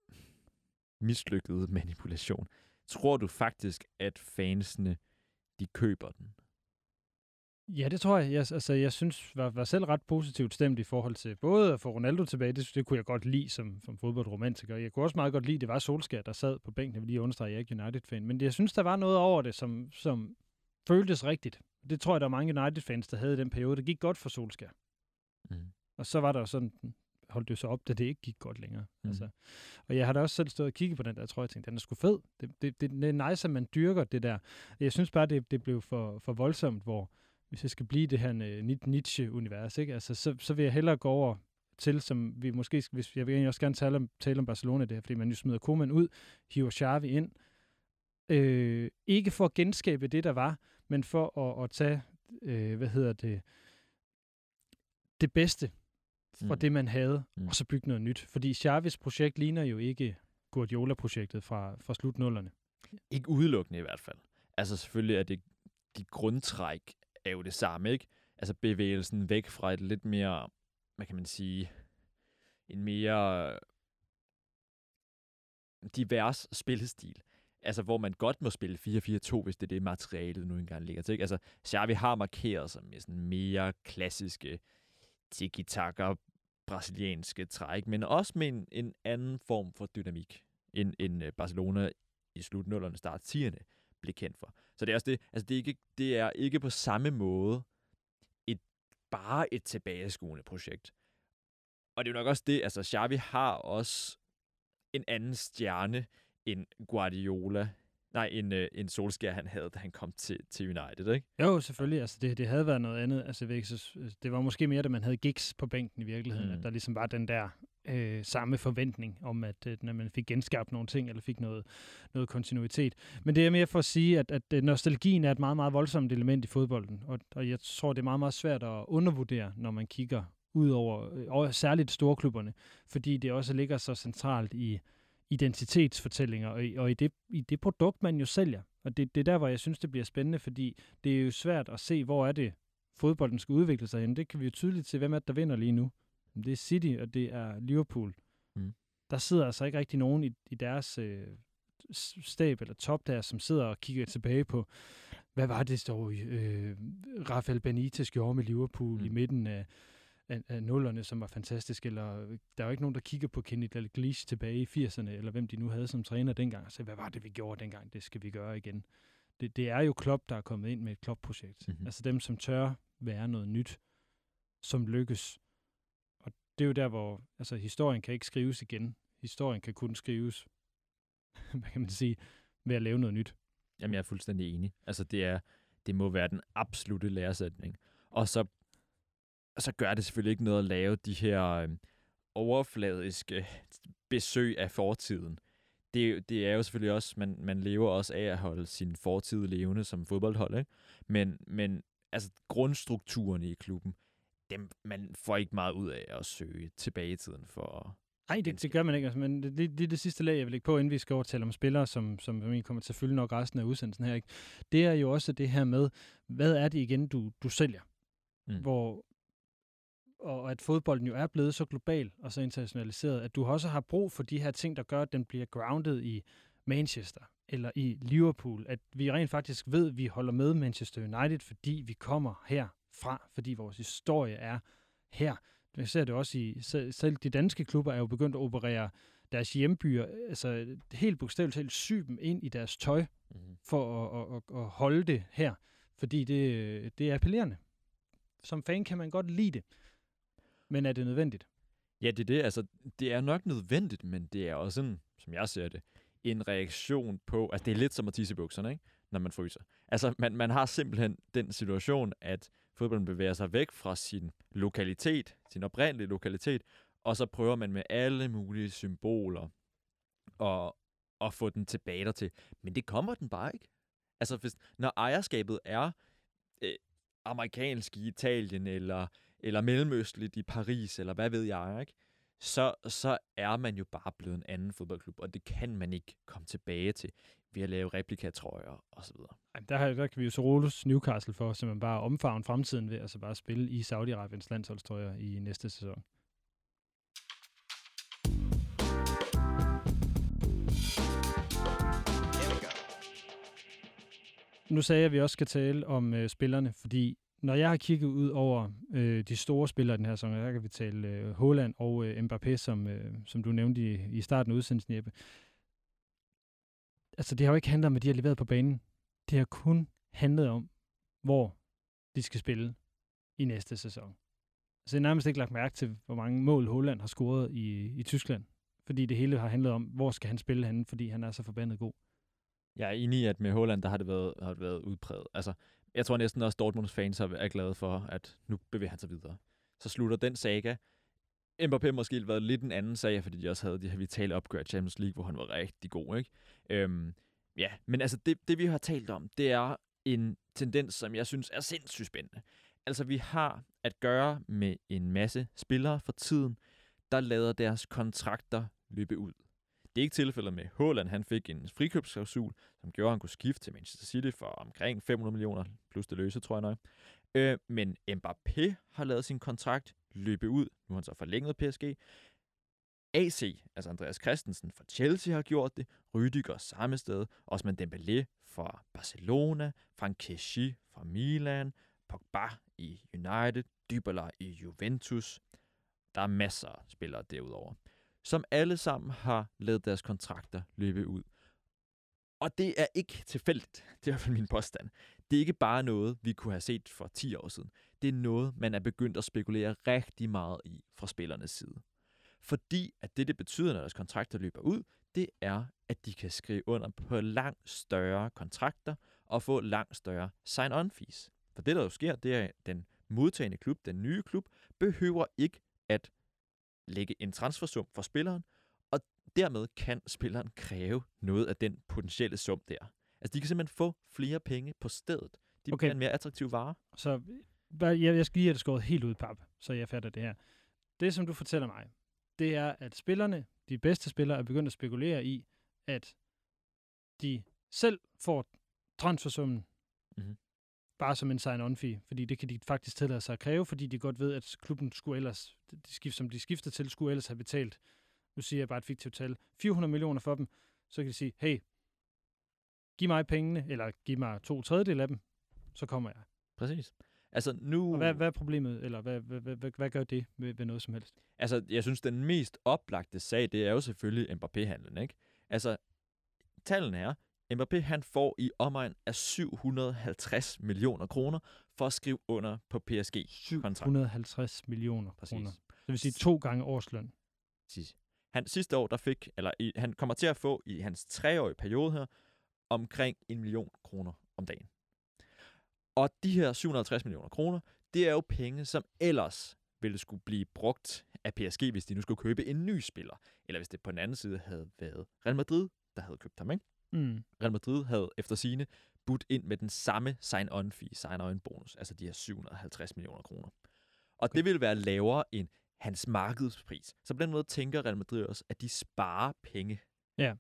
mislykket manipulation? Tror du faktisk, at fansene, de køber den? Ja, det tror jeg. Jeg, altså, jeg synes, var, var selv ret positivt stemt i forhold til både at få Ronaldo tilbage, det, det kunne jeg godt lide som, som fodboldromantiker. Jeg kunne også meget godt lide, at det var Solskjaer, der sad på bænken. Jeg vil lige understrege, at jeg er ikke United-fan. Men jeg synes, der var noget over det, som, som føltes rigtigt. Det tror jeg, der var mange United-fans, der havde i den periode. Det gik godt for Solskjaer. Mm. Og så var der sådan, holdt det så op, da det ikke gik godt længere. Mm. Altså, og jeg har da også selv stået og kigget på den der, tror jeg, tænkte, den er sgu fed. Det, det, det, det er nice, at man dyrker det der. Jeg synes bare, det, det blev for, for voldsomt, hvor hvis jeg skal blive det her Nietzsche-univers, ikke? Altså, så, så vil jeg hellere gå over til, som vi måske, hvis jeg vil egentlig også gerne tale om, tale om Barcelona, det her, fordi man jo smider Koeman ud, hiver Xavi ind, øh, ikke for at genskabe det, der var, men for at, at tage, øh, hvad hedder det, det bedste fra mm. det, man havde, mm. og så bygge noget nyt. Fordi Xavis projekt ligner jo ikke Guardiola-projektet fra, fra slut nullerne. Ikke udelukkende i hvert fald. Altså selvfølgelig er det, de grundtræk er jo det samme, ikke? Altså bevægelsen væk fra et lidt mere, hvad kan man sige, en mere divers spillestil. Altså, hvor man godt må spille fire fire to, hvis det er det materialet nu engang ligger til, ikke? Altså, Xavi har markeret sig med sådan mere klassiske tiki-taka brasilianske træk, men også med en, en anden form for dynamik, end, end Barcelona i slut nullerne, start tierne blev kendt for. Så det er også det, altså det er ikke, det er ikke på samme måde et, bare et tilbageskuende projekt. Og det er jo nok også det, altså Xavi har også en anden stjerne end Guardiola, nej, en, øh, en Solskjaer, han havde, da han kom til, til United, ikke? Jo, selvfølgelig. Altså, det, det havde været noget andet. Altså, det var måske mere, da man havde Giggs på bænken i virkeligheden, mm. at der ligesom var den der øh, samme forventning om, at øh, når man fik genskabt nogle ting, eller fik noget, noget kontinuitet. Men det er mere for at sige, at, at nostalgien er et meget, meget voldsomt element i fodbolden, og, og jeg tror, det er meget, meget svært at undervurdere, når man kigger ud over, over særligt storklubberne, fordi det også ligger så centralt i identitetsfortællinger, og, i, og i, det, i det produkt, man jo sælger. Og det, det er der, hvor jeg synes, det bliver spændende, fordi det er jo svært at se, hvor er det, fodbolden skal udvikle sig hen. Det kan vi jo tydeligt se, hvem er det, der vinder lige nu. Det er City, og det er Liverpool. Mm. Der sidder altså ikke rigtig nogen i, i deres øh, stab eller top der, som sidder og kigger tilbage på, hvad var det, der øh, Rafael Benitez gjorde med Liverpool mm. i midten af Af, af nullerne, som var fantastisk, eller der er jo ikke nogen, der kigger på Kenny Dalglish tilbage i firserne, eller hvem de nu havde som træner dengang, og sagde, hvad var det, vi gjorde dengang, det skal vi gøre igen. Det, det er jo Klopp, der er kommet ind med et Klopp-projekt. Mm-hmm. Altså dem, som tør være noget nyt, som lykkes. Og det er jo der, hvor altså, historien kan ikke skrives igen. Historien kan kun skrives, hvad kan man sige, ved at lave noget nyt. Jamen, jeg er fuldstændig enig. Altså, det, er, det må være den absolute læresætning. Og så, så gør det selvfølgelig ikke noget at lave de her øh, overfladiske besøg af fortiden. Det, det er jo selvfølgelig også, man, man lever også af at holde sin fortid levende som fodboldhold, ikke? Men, men altså, grundstrukturen i klubben, dem, man får ikke meget ud af at søge tilbage i tiden for... Nej, det, det gør man ikke. Altså, men det, det, det er det sidste lag, jeg vil lægge på, inden vi skal over tale om spillere, som, som, som kommer til at fylde nok resten af udsendelsen her. Ikke? Det er jo også det her med, hvad er det igen, du, du sælger? Mm. Hvor, og at fodbolden jo er blevet så global og så internationaliseret, at du også har brug for de her ting, der gør, at den bliver grounded i Manchester eller i Liverpool. At vi rent faktisk ved, at vi holder med Manchester United, fordi vi kommer herfra, fordi vores historie er her. Jeg ser det også i, selv de danske klubber er jo begyndt at operere deres hjembyer, altså helt bogstaveligt talt sy dem ind i deres tøj, mm-hmm. for at, at, at holde det her, fordi det, det er appellerende. Som fan kan man godt lide det, men er det nødvendigt? Ja, det er det. Altså, det er nok nødvendigt, men det er også sådan, som jeg ser det, en reaktion på, altså det er lidt som at tisse i bukserne, ikke? Når man fryser. Altså, man, man har simpelthen den situation, at fodbolden bevæger sig væk fra sin lokalitet, sin oprindelige lokalitet, og så prøver man med alle mulige symboler at, at få den tilbage dertil. Men det kommer den bare ikke. Altså, hvis, når ejerskabet er øh, amerikansk i Italien, eller, eller mellemøstligt i Paris, eller hvad ved jeg, ikke? Så, så er man jo bare blevet en anden fodboldklub, og det kan man ikke komme tilbage til ved at lave replikatrøjer og så videre. Der, der kan vi jo så Rolos Newcastle for, så man bare omfavne fremtiden ved altså bare spille i Saudi-Arabiens landsholdstrøjer i næste sæson. Nu sagde jeg, at vi også skal tale om øh, spillerne, fordi når jeg har kigget ud over øh, de store spillere den her sæson, der kan vi tale øh, Haaland og øh, Mbappé, som, øh, som du nævnte i, i starten af udsendelsen, Jeppe. Altså, det har jo ikke handlet om, hvad de har leveret på banen. Det har kun handlet om, hvor de skal spille i næste sæson. Altså, jeg har nærmest ikke lagt mærke til, hvor mange mål Haaland har scoret i, i Tyskland. Fordi det hele har handlet om, hvor skal han spille henne, fordi han er så forbandet god. Jeg er enig i, at med Haaland, der har det været, har det været udpræget. Altså, jeg tror næsten også, Dortmunds fans er glade for, at nu bevæger han sig videre. Så slutter den saga. Mbappé måske have været lidt en anden sag, fordi de også havde de her vitale opgør i Champions League, hvor han var rigtig god, ikke? Øhm, ja, men altså det, det, vi har talt om, det er en tendens, som jeg synes er sindssygt spændende. Altså, vi har at gøre med en masse spillere for tiden, der lader deres kontrakter løbe ud. Det er ikke tilfældet med Haaland. Han fik en frikøbsklausul, som gjorde, at han kunne skifte til Manchester City for omkring fem hundrede millioner, plus det løse, tror jeg nok. Øh, men Mbappé har lavet sin kontrakt løbe ud. Nu har han så forlænget P S G. A C, altså Andreas Christensen fra Chelsea, har gjort det. Rüdiger samme sted. Osman Dembélé fra Barcelona. Franck Kessié fra Milan. Pogba i United. Dybala i Juventus. Der er masser af spillere derudover, som alle sammen har lavet deres kontrakter løbe ud. Og det er ikke tilfældigt. Det er i hvert fald min påstand. Det er ikke bare noget, vi kunne have set for ti år siden. Det er noget, man er begyndt at spekulere rigtig meget i fra spillernes side. Fordi at det, det betyder, når deres kontrakter løber ud, det er, at de kan skrive under på langt større kontrakter og få langt større sign-on fees. For det, der jo sker, det er, at den modtagende klub, den nye klub, behøver ikke at lægge en transfersum for spilleren, og dermed kan spilleren kræve noget af den potentielle sum der. Altså, de kan simpelthen få flere penge på stedet. De okay. bliver en mere attraktiv vare. Så jeg, jeg skal lige have det skåret helt ud i pap, så jeg fatter det her. Det, som du fortæller mig, det er, at spillerne, de bedste spillere, er begyndt at spekulere i, at de selv får transfersummen mm-hmm. bare som en sign-on-fee, fordi det kan de faktisk tillade sig at kræve, fordi de godt ved, at klubben skulle ellers, de skift, som de skifter til, skulle ellers have betalt, nu siger jeg bare et fiktivt tal, fire hundrede millioner for dem, så kan de sige, hey, giv mig pengene, eller giv mig to tredjedel af dem, så kommer jeg. Præcis. Altså nu... Og hvad, hvad er problemet, eller hvad, hvad, hvad, hvad, hvad gør det ved, ved noget som helst? Altså, jeg synes, den mest oplagte sag, det er jo selvfølgelig Mbappé-handlen, ikke? Altså, tallene er, Mbappé, han får i omegn af syv hundrede og halvtreds millioner kroner for at skrive under på P S G-kontrakt. syv hundrede og halvtreds millioner kroner. Det vil sige to gange årsløn. Præcis. Han sidste år, der fik, eller i, han kommer til at få i hans treårige periode her, omkring en million kroner om dagen. Og de her syv hundrede og halvtreds millioner kroner, det er jo penge, som ellers ville skulle blive brugt af P S G, hvis de nu skulle købe en ny spiller. Eller hvis det på den anden side havde været Real Madrid, der havde købt ham, ikke? Mm. Real Madrid havde efter sigende budt ind med den samme sign-on-fee, sign-on-bonus, altså de her syv hundrede og halvtreds millioner kroner. Og okay. det ville være lavere end hans markedspris. Så på den måde tænker Real Madrid også, at de sparer penge. Ja.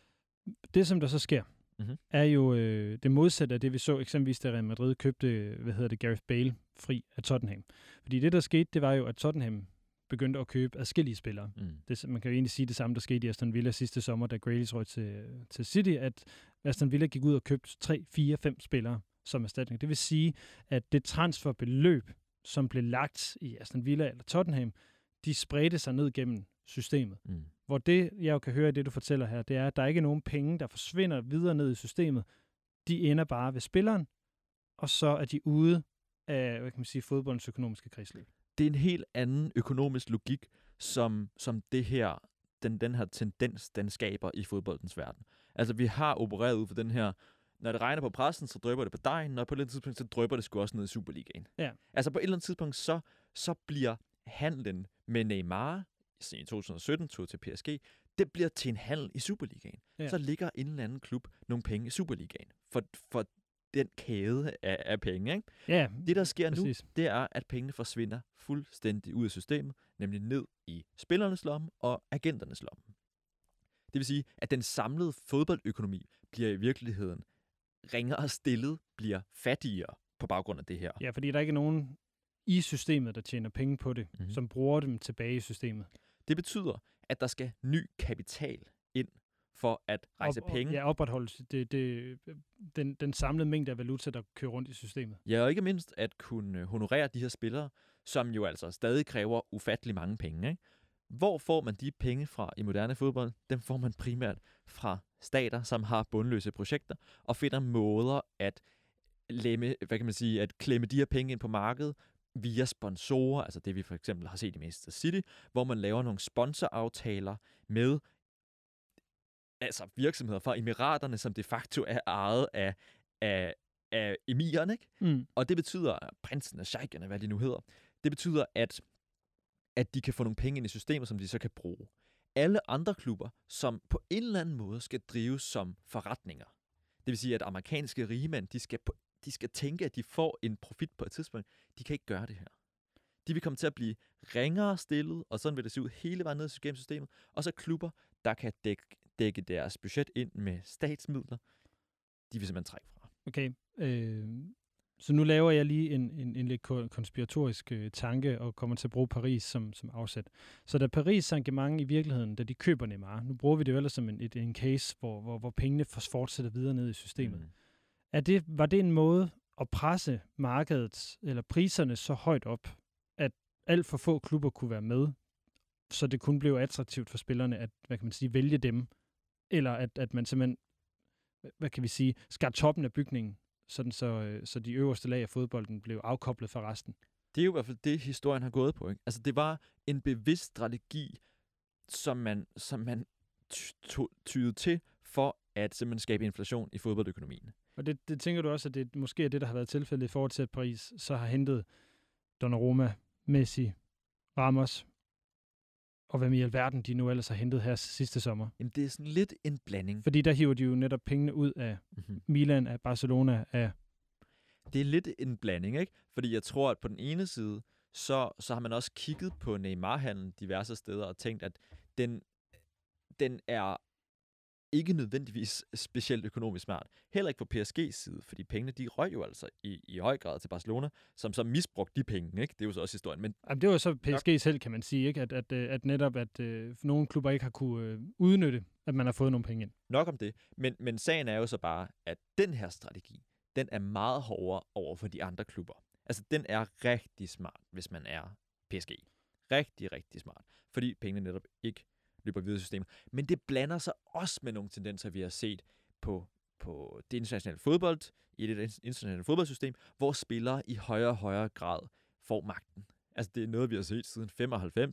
Det, som der så sker, mm-hmm. er jo øh, det modsatte af det, vi så eksempelvis, da Real Madrid købte, hvad hedder det, Gareth Bale fri af Tottenham. Fordi det, der skete, det var jo, at Tottenham begyndte at købe adskillige spillere. Mm. Det, man kan jo egentlig sige det samme, der skete i Aston Villa sidste sommer, da Grealish røg til, til City, at Aston Villa gik ud og købte tre, fire, fem spillere som erstatning. Det vil sige, at det transferbeløb, som blev lagt i Aston Villa eller Tottenham, de spredte sig ned gennem systemet. Mm. Hvor det, jeg jo kan høre i det, du fortæller her, det er, at der ikke er nogen penge, der forsvinder videre ned i systemet. De ender bare ved spilleren, og så er de ude af, hvad kan man sige, fodboldens økonomiske kredsløb. Det er en helt anden økonomisk logik, som, som det her, den, den her tendens, den skaber i fodboldens verden. Altså, vi har opereret ud for den her, når det regner på pressen, så drypper det på dejen, og på et eller andet tidspunkt, så drypper det sgu også ned i Superligaen. Ja. Altså, på et eller andet tidspunkt, så, så bliver handlen med Neymar, i to tusind og sytten tog til P S G, det bliver til en handel i Superligaen. Ja. Så ligger en eller anden klub nogle penge i Superligaen. For, for den kæde af, af penge, ikke? Ja, det, der sker præcis. nu, det er, at pengene forsvinder fuldstændig ud af systemet, nemlig ned i spillernes lomme og agenternes lomme. Det vil sige, at den samlede fodboldøkonomi bliver i virkeligheden ringere stillet, bliver fattigere på baggrund af det her. Ja, fordi der ikke er nogen i systemet, der tjener penge på det, mm-hmm. som bruger dem tilbage i systemet. Det betyder, at der skal ny kapital ind for at rejse op, penge. Ja, opretholde det, det, den, den samlede mængde af valuta, der kører rundt i systemet. Ja, og ikke mindst at kunne honorere de her spillere, som jo altså stadig kræver ufattelig mange penge. Ikke? Hvor får man de penge fra i moderne fodbold? Dem får man primært fra stater, som har bundløse projekter, og finder måder at lemme, hvad kan man sige, at klemme de her penge ind på markedet via sponsorer, altså det vi for eksempel har set i Manchester City, hvor man laver nogle sponsoraftaler med altså virksomheder fra Emiraterne, som de facto er ejet af, af, af emirerne, ikke? Mm. Og det betyder, prinsen og sheikherne, hvad de nu hedder, det betyder, at, at de kan få nogle penge ind i systemet, som de så kan bruge. Alle andre klubber, som på en eller anden måde skal drives som forretninger, det vil sige, at amerikanske rigmænd, de skal, på, de skal tænke, at de får en profit på et tidspunkt, de kan ikke gøre det her. De vil komme til at blive ringere stillet, og sådan vil det se ud hele vejen ned i systemet, og så klubber, der kan dække dække deres budget ind med statsmidler, de vil simpelthen trække fra. Okay, øh, så nu laver jeg lige en, en, en lidt konspiratorisk øh, tanke, og kommer til at bruge Paris som, som afsæt. Så da Paris Saint-Germain i virkeligheden, da de køber Neymar, nu bruger vi det jo ellers som en, et, en case, hvor, hvor, hvor pengene fortsætter videre ned i systemet. Mm. Er det, var det en måde at presse markedet, eller priserne så højt op, at alt for få klubber kunne være med, så det kun blev attraktivt for spillerne at, hvad kan man sige, vælge dem, eller at, at man simpelthen, hvad kan vi sige, skar toppen af bygningen, sådan så, så de øverste lag af fodbolden blev afkoblet fra resten? Det er jo i hvert fald det, historien har gået på. Ikke? Altså, det var en bevidst strategi, som man, som man tyede til for at simpelthen skabe inflation i fodboldøkonomien. Og det, det tænker du også, at det måske er det, der har været tilfældet i forhold til, at Paris så har hentet Donnarumma, Messi, Ramos, og hvem i alverden de nu ellers har hentet her sidste sommer. Jamen, det er sådan lidt en blanding. Fordi der hiver de jo netop pengene ud af mm-hmm. Milan, af Barcelona, af... Det er lidt en blanding, ikke? Fordi jeg tror, at på den ene side, så, så har man også kigget på Neymar-handlen diverse steder og tænkt, at den, den er ikke nødvendigvis specielt økonomisk smart. Heller ikke på P S G's side, fordi pengene, de røg jo altså i, i høj grad til Barcelona, som så misbrugte de penge, ikke? Det er jo så også historien. Men Jamen, det var så P S G selv, kan man sige, ikke? At, at, at netop, at øh, nogle klubber ikke har kunne øh, udnytte, at man har fået nogle penge ind. Nok om det. Men, men sagen er jo så bare, at den her strategi, den er meget hårdere over for de andre klubber. Altså, den er rigtig smart, hvis man er P S G. Rigtig, rigtig smart. Fordi pengene netop ikke løber videre i systemet. Men det blander sig også med nogle tendenser, vi har set på, på det internationale fodbold, i det internationale fodboldsystem, hvor spillere i højere og højere grad får magten. Altså, det er noget, vi har set siden femoghalvfems, ikke?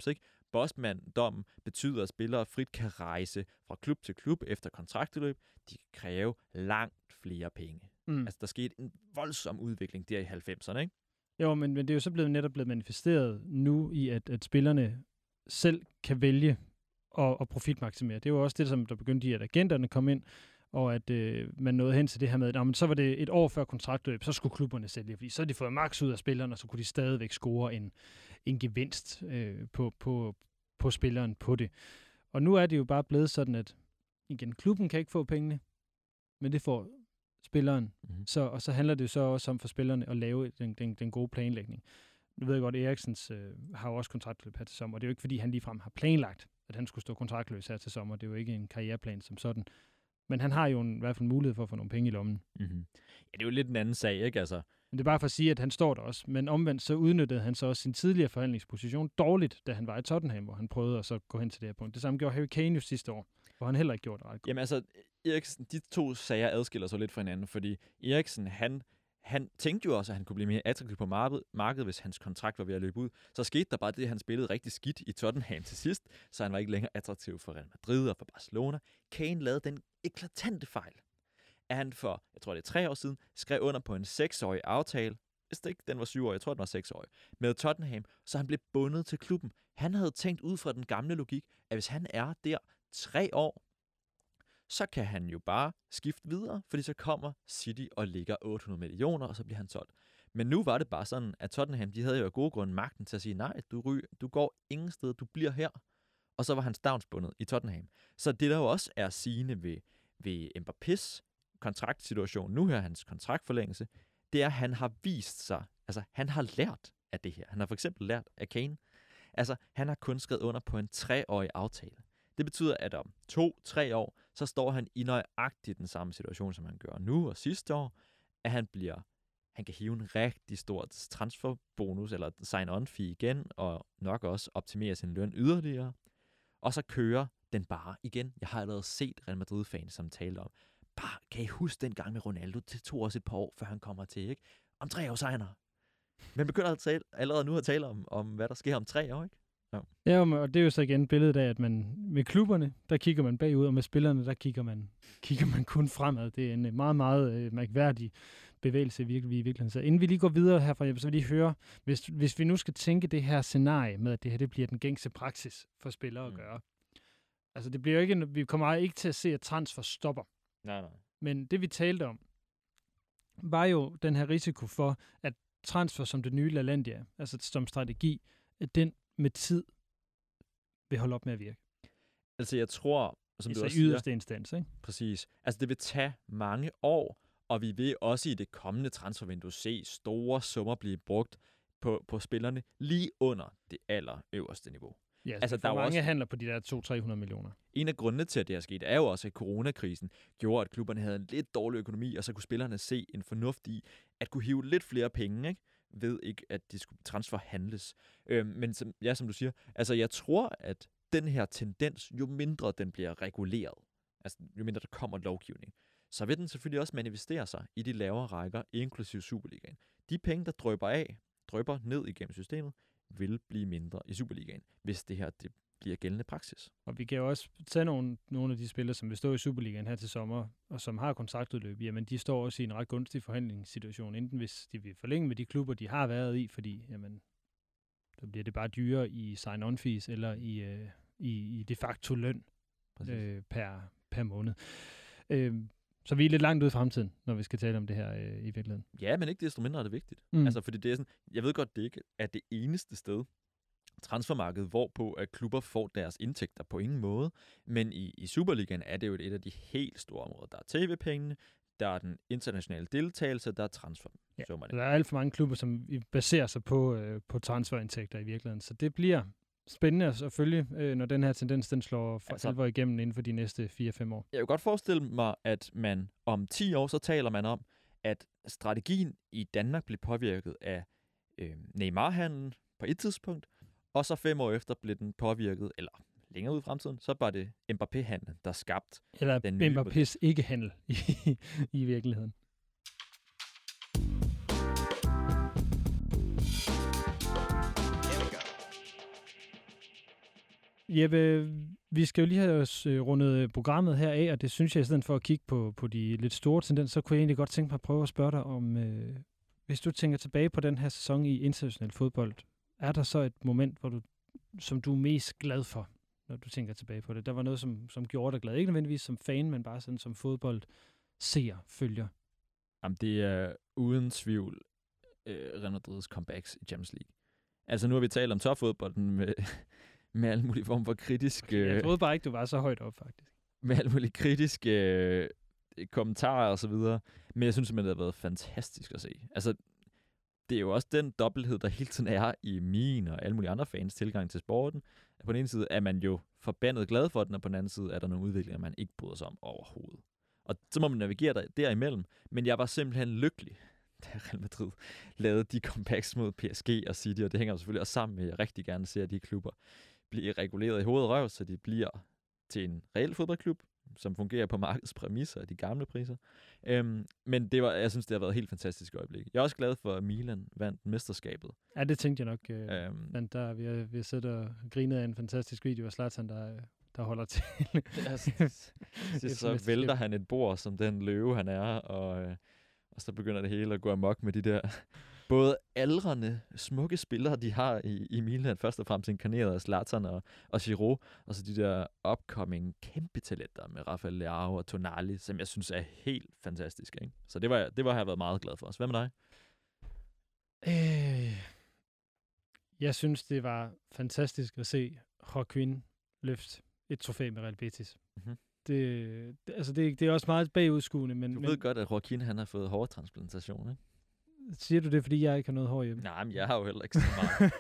Bosman-dommen betyder, at spillere frit kan rejse fra klub til klub efter kontraktudløb. De kan kræve langt flere penge. Mm. Altså, der skete en voldsom udvikling der i halvfemserne, ikke? Jo, men, men det er jo så blevet netop blevet manifesteret nu i, at, at spillerne selv kan vælge at, at profitmaksimere. Det var også det, som der begyndte i, at agenterne kom ind, og at øh, man nåede hen til det her med, at så var det et år før kontraktudløb, så skulle klubberne sælge, fordi så havde de fået max ud af spillerne, og så kunne de stadigvæk score en, en gevinst øh, på, på, på spilleren på det. Og nu er det jo bare blevet sådan, at igen, klubben kan ikke få pengene, men det får spilleren. Mm-hmm. Så, og så handler det jo så også om for spillerne at lave den, den, den gode planlægning. Nu ved jeg godt, at Eriksens øh, har jo også kontraktudløb her til sommer, og det er jo ikke, fordi han ligefrem har planlagt, at han skulle stå kontraktløs her til sommer. Det er jo ikke en karriereplan som sådan. Men han har jo en, i hvert fald mulighed for at få nogle penge i lommen. Mm-hmm. Ja, det er jo lidt en anden sag, ikke? Altså. Men det er bare for at sige, at han står der også. Men omvendt så udnyttede han så også sin tidligere forhandlingsposition dårligt, da han var i Tottenham, hvor han prøvede at så gå hen til det her punkt. Det samme gjorde Harry Kane jo sidste år, hvor han heller ikke gjorde det ret godt. Jamen altså, Eriksen, de to sager adskiller sig lidt fra hinanden, fordi Eriksen, han, han tænkte jo også, at han kunne blive mere attraktiv på markedet, hvis hans kontrakt var ved at løbe ud. Så skete der bare det, at han spillede rigtig skidt i Tottenham til sidst, så han var ikke længere attraktiv for Real Madrid og for Barcelona. Kane lavede den eklatante fejl, at han for, jeg tror det er tre år siden, skrev under på en seksårig aftale, hvis det ikke den var syv år, jeg tror den var seksårig, med Tottenham, så han blev bundet til klubben. Han havde tænkt ud fra den gamle logik, at hvis han er der tre år, så kan han jo bare skifte videre, fordi så kommer City og ligger otte hundrede millioner, og så bliver han solgt. Men nu var det bare sådan, at Tottenham, de havde jo af gode grunde magten til at sige, nej, du, ryger, du går ingen sted, du bliver her. Og så var han stavnsbundet i Tottenham. Så det der jo også er sigende ved, ved Mbappés kontraktsituation, nu her hans kontraktforlængelse, det er, at han har vist sig, altså han har lært af det her. Han har for eksempel lært af Kane. Altså, han har kun skrevet under på en treårig aftale. Det betyder, at om to-tre år, så står han i nøjagtigt den samme situation, som han gør nu og sidste år, at han bliver, han kan hive en rigtig stor transferbonus eller sign-on-fee igen, og nok også optimere sin løn yderligere. Og så kører den bare igen. Jeg har allerede set Real Madrid-fans, som taler om, bare, kan I huske den gang med Ronaldo? Det tog os et par år, før han kommer til, ikke? Om tre år senere. Men begynder at tale, allerede nu at tale om, om, hvad der sker om tre år, ikke? Ja. Ja, og det er jo så igen billedet af, at man med klubberne, der kigger man bagud, og med spillerne, der kigger man, kigger man kun fremad. Det er en meget, meget øh, mærkværdig bevægelse, vi i virkeligheden. Så inden vi lige går videre herfra, så vil jeg lige høre, hvis, hvis vi nu skal tænke det her scenarie med, at det her det bliver den gængse praksis for spillere mm. at gøre. Altså det bliver jo ikke, vi kommer ikke til at se, at transfer stopper. Nej, nej. Men det vi talte om, var jo den her risiko for, at transfer som det nye LaLandia, altså som strategi, at den med tid vil holde op med at virke. Altså jeg tror, som du også siger, yderste instans, ikke? Præcis. Altså det vil tage mange år, og vi vil også i det kommende transfervindue se store summer blive brugt på, på spillerne lige under det allerøverste niveau. Ja, altså der er mange også handler på de der to til tre hundrede millioner. En af grundene til, at det er sket, er jo også, at coronakrisen gjorde, at klubberne havde en lidt dårlig økonomi, og så kunne spillerne se en fornuft i at kunne hive lidt flere penge, ikke? Ved ikke, at de skulle transferhandles. Øhm, men som, ja, som du siger, altså jeg tror, at den her tendens, jo mindre den bliver reguleret, altså jo mindre der kommer lovgivning, så vil den selvfølgelig også manifestere sig i de lavere rækker, inklusive Superligaen. De penge, der drøber af, drøber ned igennem systemet, vil blive mindre i Superligaen, hvis det her det bliver gældende praksis. Og vi kan jo også tage nogle, nogle af de spillere, som vil stå i Superligaen her til sommer, og som har kontraktudløb, jamen de står også i en ret gunstig forhandlingssituation, enten hvis de vil forlænge med de klubber, de har været i, fordi jamen, så bliver det bare dyrere i sign-on-fees eller i, øh, i, i de facto løn øh, per, per måned. Øh, Så vi er lidt langt ude i fremtiden, når vi skal tale om det her øh, i virkeligheden. Ja, men ikke desto mindre er det vigtigt. Mm. Altså, fordi det er sådan, jeg ved godt, det ikke er det eneste sted, transfermarkedet, hvorpå at klubber får deres indtægter på ingen måde. Men i, i Superligaen er det jo et af de helt store områder. Der er tv-pengene, der er den internationale deltagelse, der er transfer. Ja, der er alt for mange klubber, som baserer sig på, øh, på transferindtægter i virkeligheden. Så det bliver spændende at følge, øh, når den her tendens den slår for altså, alvor igennem inden for de næste fire fem år. Jeg kan godt forestille mig, at man om ti år, så taler man om, at strategien i Danmark blev påvirket af øh, Neymar-handlen på et tidspunkt, og så fem år efter blev den påvirket, eller længere ud i fremtiden, så var det Mbappé-handlen, der skabte eller den nye... Eller Mbappés ikke-handel i, i virkeligheden. Jeppe, vi skal jo lige have os øh, rundet programmet her af, og det synes jeg, i stedet for at kigge på, på de lidt store tendenser, så kunne jeg egentlig godt tænke mig at prøve at spørge dig om, øh, hvis du tænker tilbage på den her sæson i international fodbold, er der så et moment, hvor du, som du er mest glad for, når du tænker tilbage på det? Der var noget, som, som gjorde dig glad. Ikke nødvendigvis som fan, men bare sådan som fodbold ser, følger. Jamen, det er uden tvivl øh, Real Madrid's comebacks i Champions League. Altså, nu har vi talt om topfodbolden med, med alle mulige former for kritisk... Øh, jeg troede bare ikke, du var så højt op, faktisk. Med alle mulige kritiske øh, kommentarer og så videre. Men jeg synes simpelthen, det har været fantastisk at se. Altså, det er jo også den dobbelthed, der hele tiden er i min og alle mulige andre fans tilgang til sporten. På den ene side er man jo forbandet glad for den, og på den anden side er der nogle udviklinger, man ikke bryder sig om overhovedet. Og så må man navigere der, derimellem. Men jeg var simpelthen lykkelig, da Real Madrid lavede de comebacks mod P S G og City, og det hænger jo selvfølgelig også sammen med, at jeg rigtig gerne ser, at de klubber bliver reguleret i hoved og røv, så de bliver til en reel fodboldklub, som fungerer på markedets præmisser og de gamle priser. Øhm, men det var, jeg synes, det har været et helt fantastisk øjeblik. Jeg er også glad for, at Milan vandt mesterskabet. Ja, det tænkte jeg nok. Øh, øhm, men der, vi, har, vi har siddet og grinet af en fantastisk video af Zlatan, der, der holder til. så, så, så vælter han et bord, som den løve, han er, og, øh, og så begynder det hele at gå amok med de der både aldrende, smukke spillere, de har i, i Milan, først og fremmest inkarneret af Zlatan og, og Giroud, og så de der upcoming kæmpe talenter med Rafael Leao og Tonali, som jeg synes er helt fantastiske. Ikke? Så det var, det var jeg været meget glad for os. Hvad med dig? Øh, jeg synes, det var fantastisk at se Joaquin løfte et trofæ med Real Betis. Mm-hmm. Det, det, altså det, det er også meget bagudskuende. Men, du ved men, godt, at Joaquin han har fået hårtransplantation, ikke? Siger du det, fordi jeg ikke har noget hår hjemme? Nej, men jeg har jo heller ikke så meget.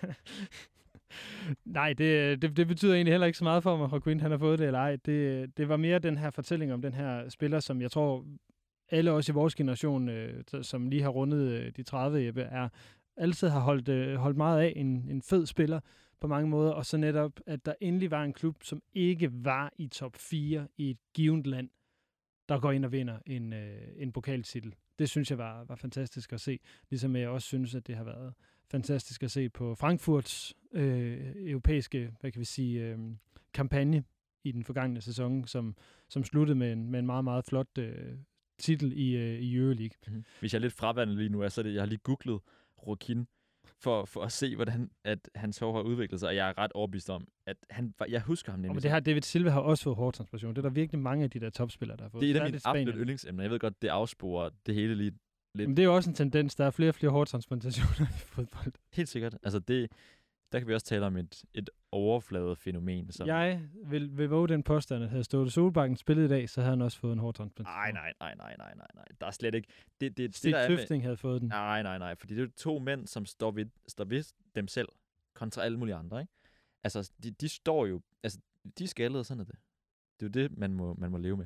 Nej, det, det, det betyder egentlig heller ikke så meget for mig, Joaquin han har fået det eller ej. Det, det var mere den her fortælling om den her spiller, som jeg tror, alle også i vores generation, øh, som lige har rundet øh, de tredive, Jeppe, er, altid har holdt, øh, holdt meget af en, en fed spiller på mange måder, og så netop, at der endelig var en klub, som ikke var i top fire i et givet land, der går ind og vinder en, øh, en pokaltitel. Det synes jeg var, var fantastisk at se. Ligesom jeg også synes, at det har været fantastisk at se på Frankfurts øh, europæiske, hvad kan vi sige, øh, kampagne i den forgangne sæson, som, som sluttede med en, med en meget, meget flot øh, titel i, øh, i Euroleague. Mm-hmm. Hvis jeg er lidt fravandet lige nu, så er det, jeg har lige googlet Joaquin, for, for at se, hvordan at hans hår har udviklet sig, og jeg er ret overbevist om, at han, jeg husker ham nemlig. Men det her, David Silva har også fået hårtransplantation. Det er der virkelig mange af de der topspillere, der har fået. Det er et af mine absolut yndlingsemner. Jeg ved godt, det afsporer det hele lige lidt. Men det er jo også en tendens. Der er flere og flere hårtransplantationer i fodbold. Helt sikkert. Altså det, der kan vi også tale om et, et overfladet fænomen. Som... Jeg vil, vil våge den påstand, at havde Ståle Solbakken spillet i dag, så havde han også fået en hårtransplantation. Nej, nej, nej, nej, nej, nej, nej. Der er slet ikke... Det, det, Stig det, Tøfting med... havde fået den. Nej, nej, nej, fordi det er to mænd, som står ved, står ved dem selv, kontra alle mulige andre, ikke? Altså, de, de står jo... Altså, de er skaldede, sådan er det. Det er jo det, man må, man må leve med.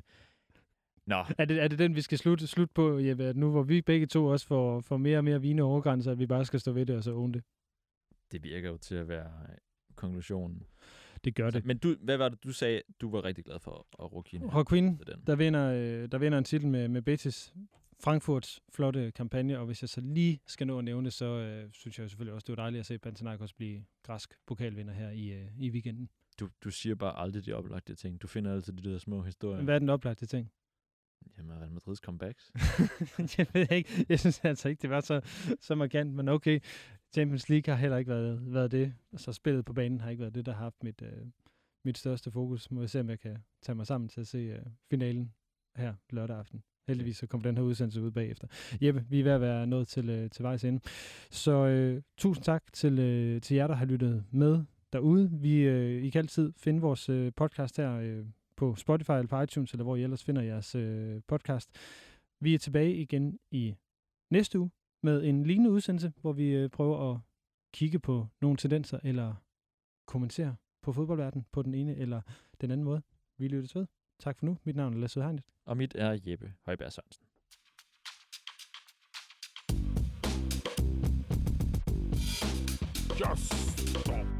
Nå. Er det, er det den, vi skal slutte, slutte på, Jeppe, at nu hvor vi begge to også får, får mere og mere vine overgrænser, at vi bare skal stå ved det og så own det? Det virker jo til at være konklusionen. Det gør det. Så, men du, hvad var det, du sagde, du var rigtig glad for at Joaquin? Joaquin, der vinder, øh, der vinder en titel med, med Betis. Frankfurts flotte kampagne, og hvis jeg så lige skal nå at nævne det, så øh, synes jeg selvfølgelig også, det var dejligt at se Panathinaikos blive græsk pokalvinder her i, øh, i weekenden. Du, du siger bare aldrig de oplagte ting. Du finder altid de der små historier. Men hvad er den oplagte ting? Jamen, Real Madrid's comebacks. Jeg ved ikke. Jeg synes altså ikke, det var så, så markant, men okay. Champions League har heller ikke været, været det. Så spillet på banen har ikke været det, der har haft mit, øh, mit største fokus. Må jeg se, om jeg kan tage mig sammen til at se øh, finalen her lørdag aften. Heldigvis så kommer den her udsendelse ud bagefter. Jeppe, vi er ved at være nået til, øh, til vejs ende. Så øh, tusind tak til, øh, til jer, der har lyttet med derude. Vi, øh, I kan altid finde vores øh, podcast her øh, på Spotify eller på iTunes, eller hvor I ellers finder jeres øh, podcast. Vi er tilbage igen i næste uge med en lignende udsendelse, hvor vi øh, prøver at kigge på nogle tendenser eller kommentere på fodboldverdenen på den ene eller den anden måde. Vi lyttes ved. Tak for nu. Mit navn er Lasse Udhegnet. Og mit er Jeppe Højberg Sørensen. Just stop.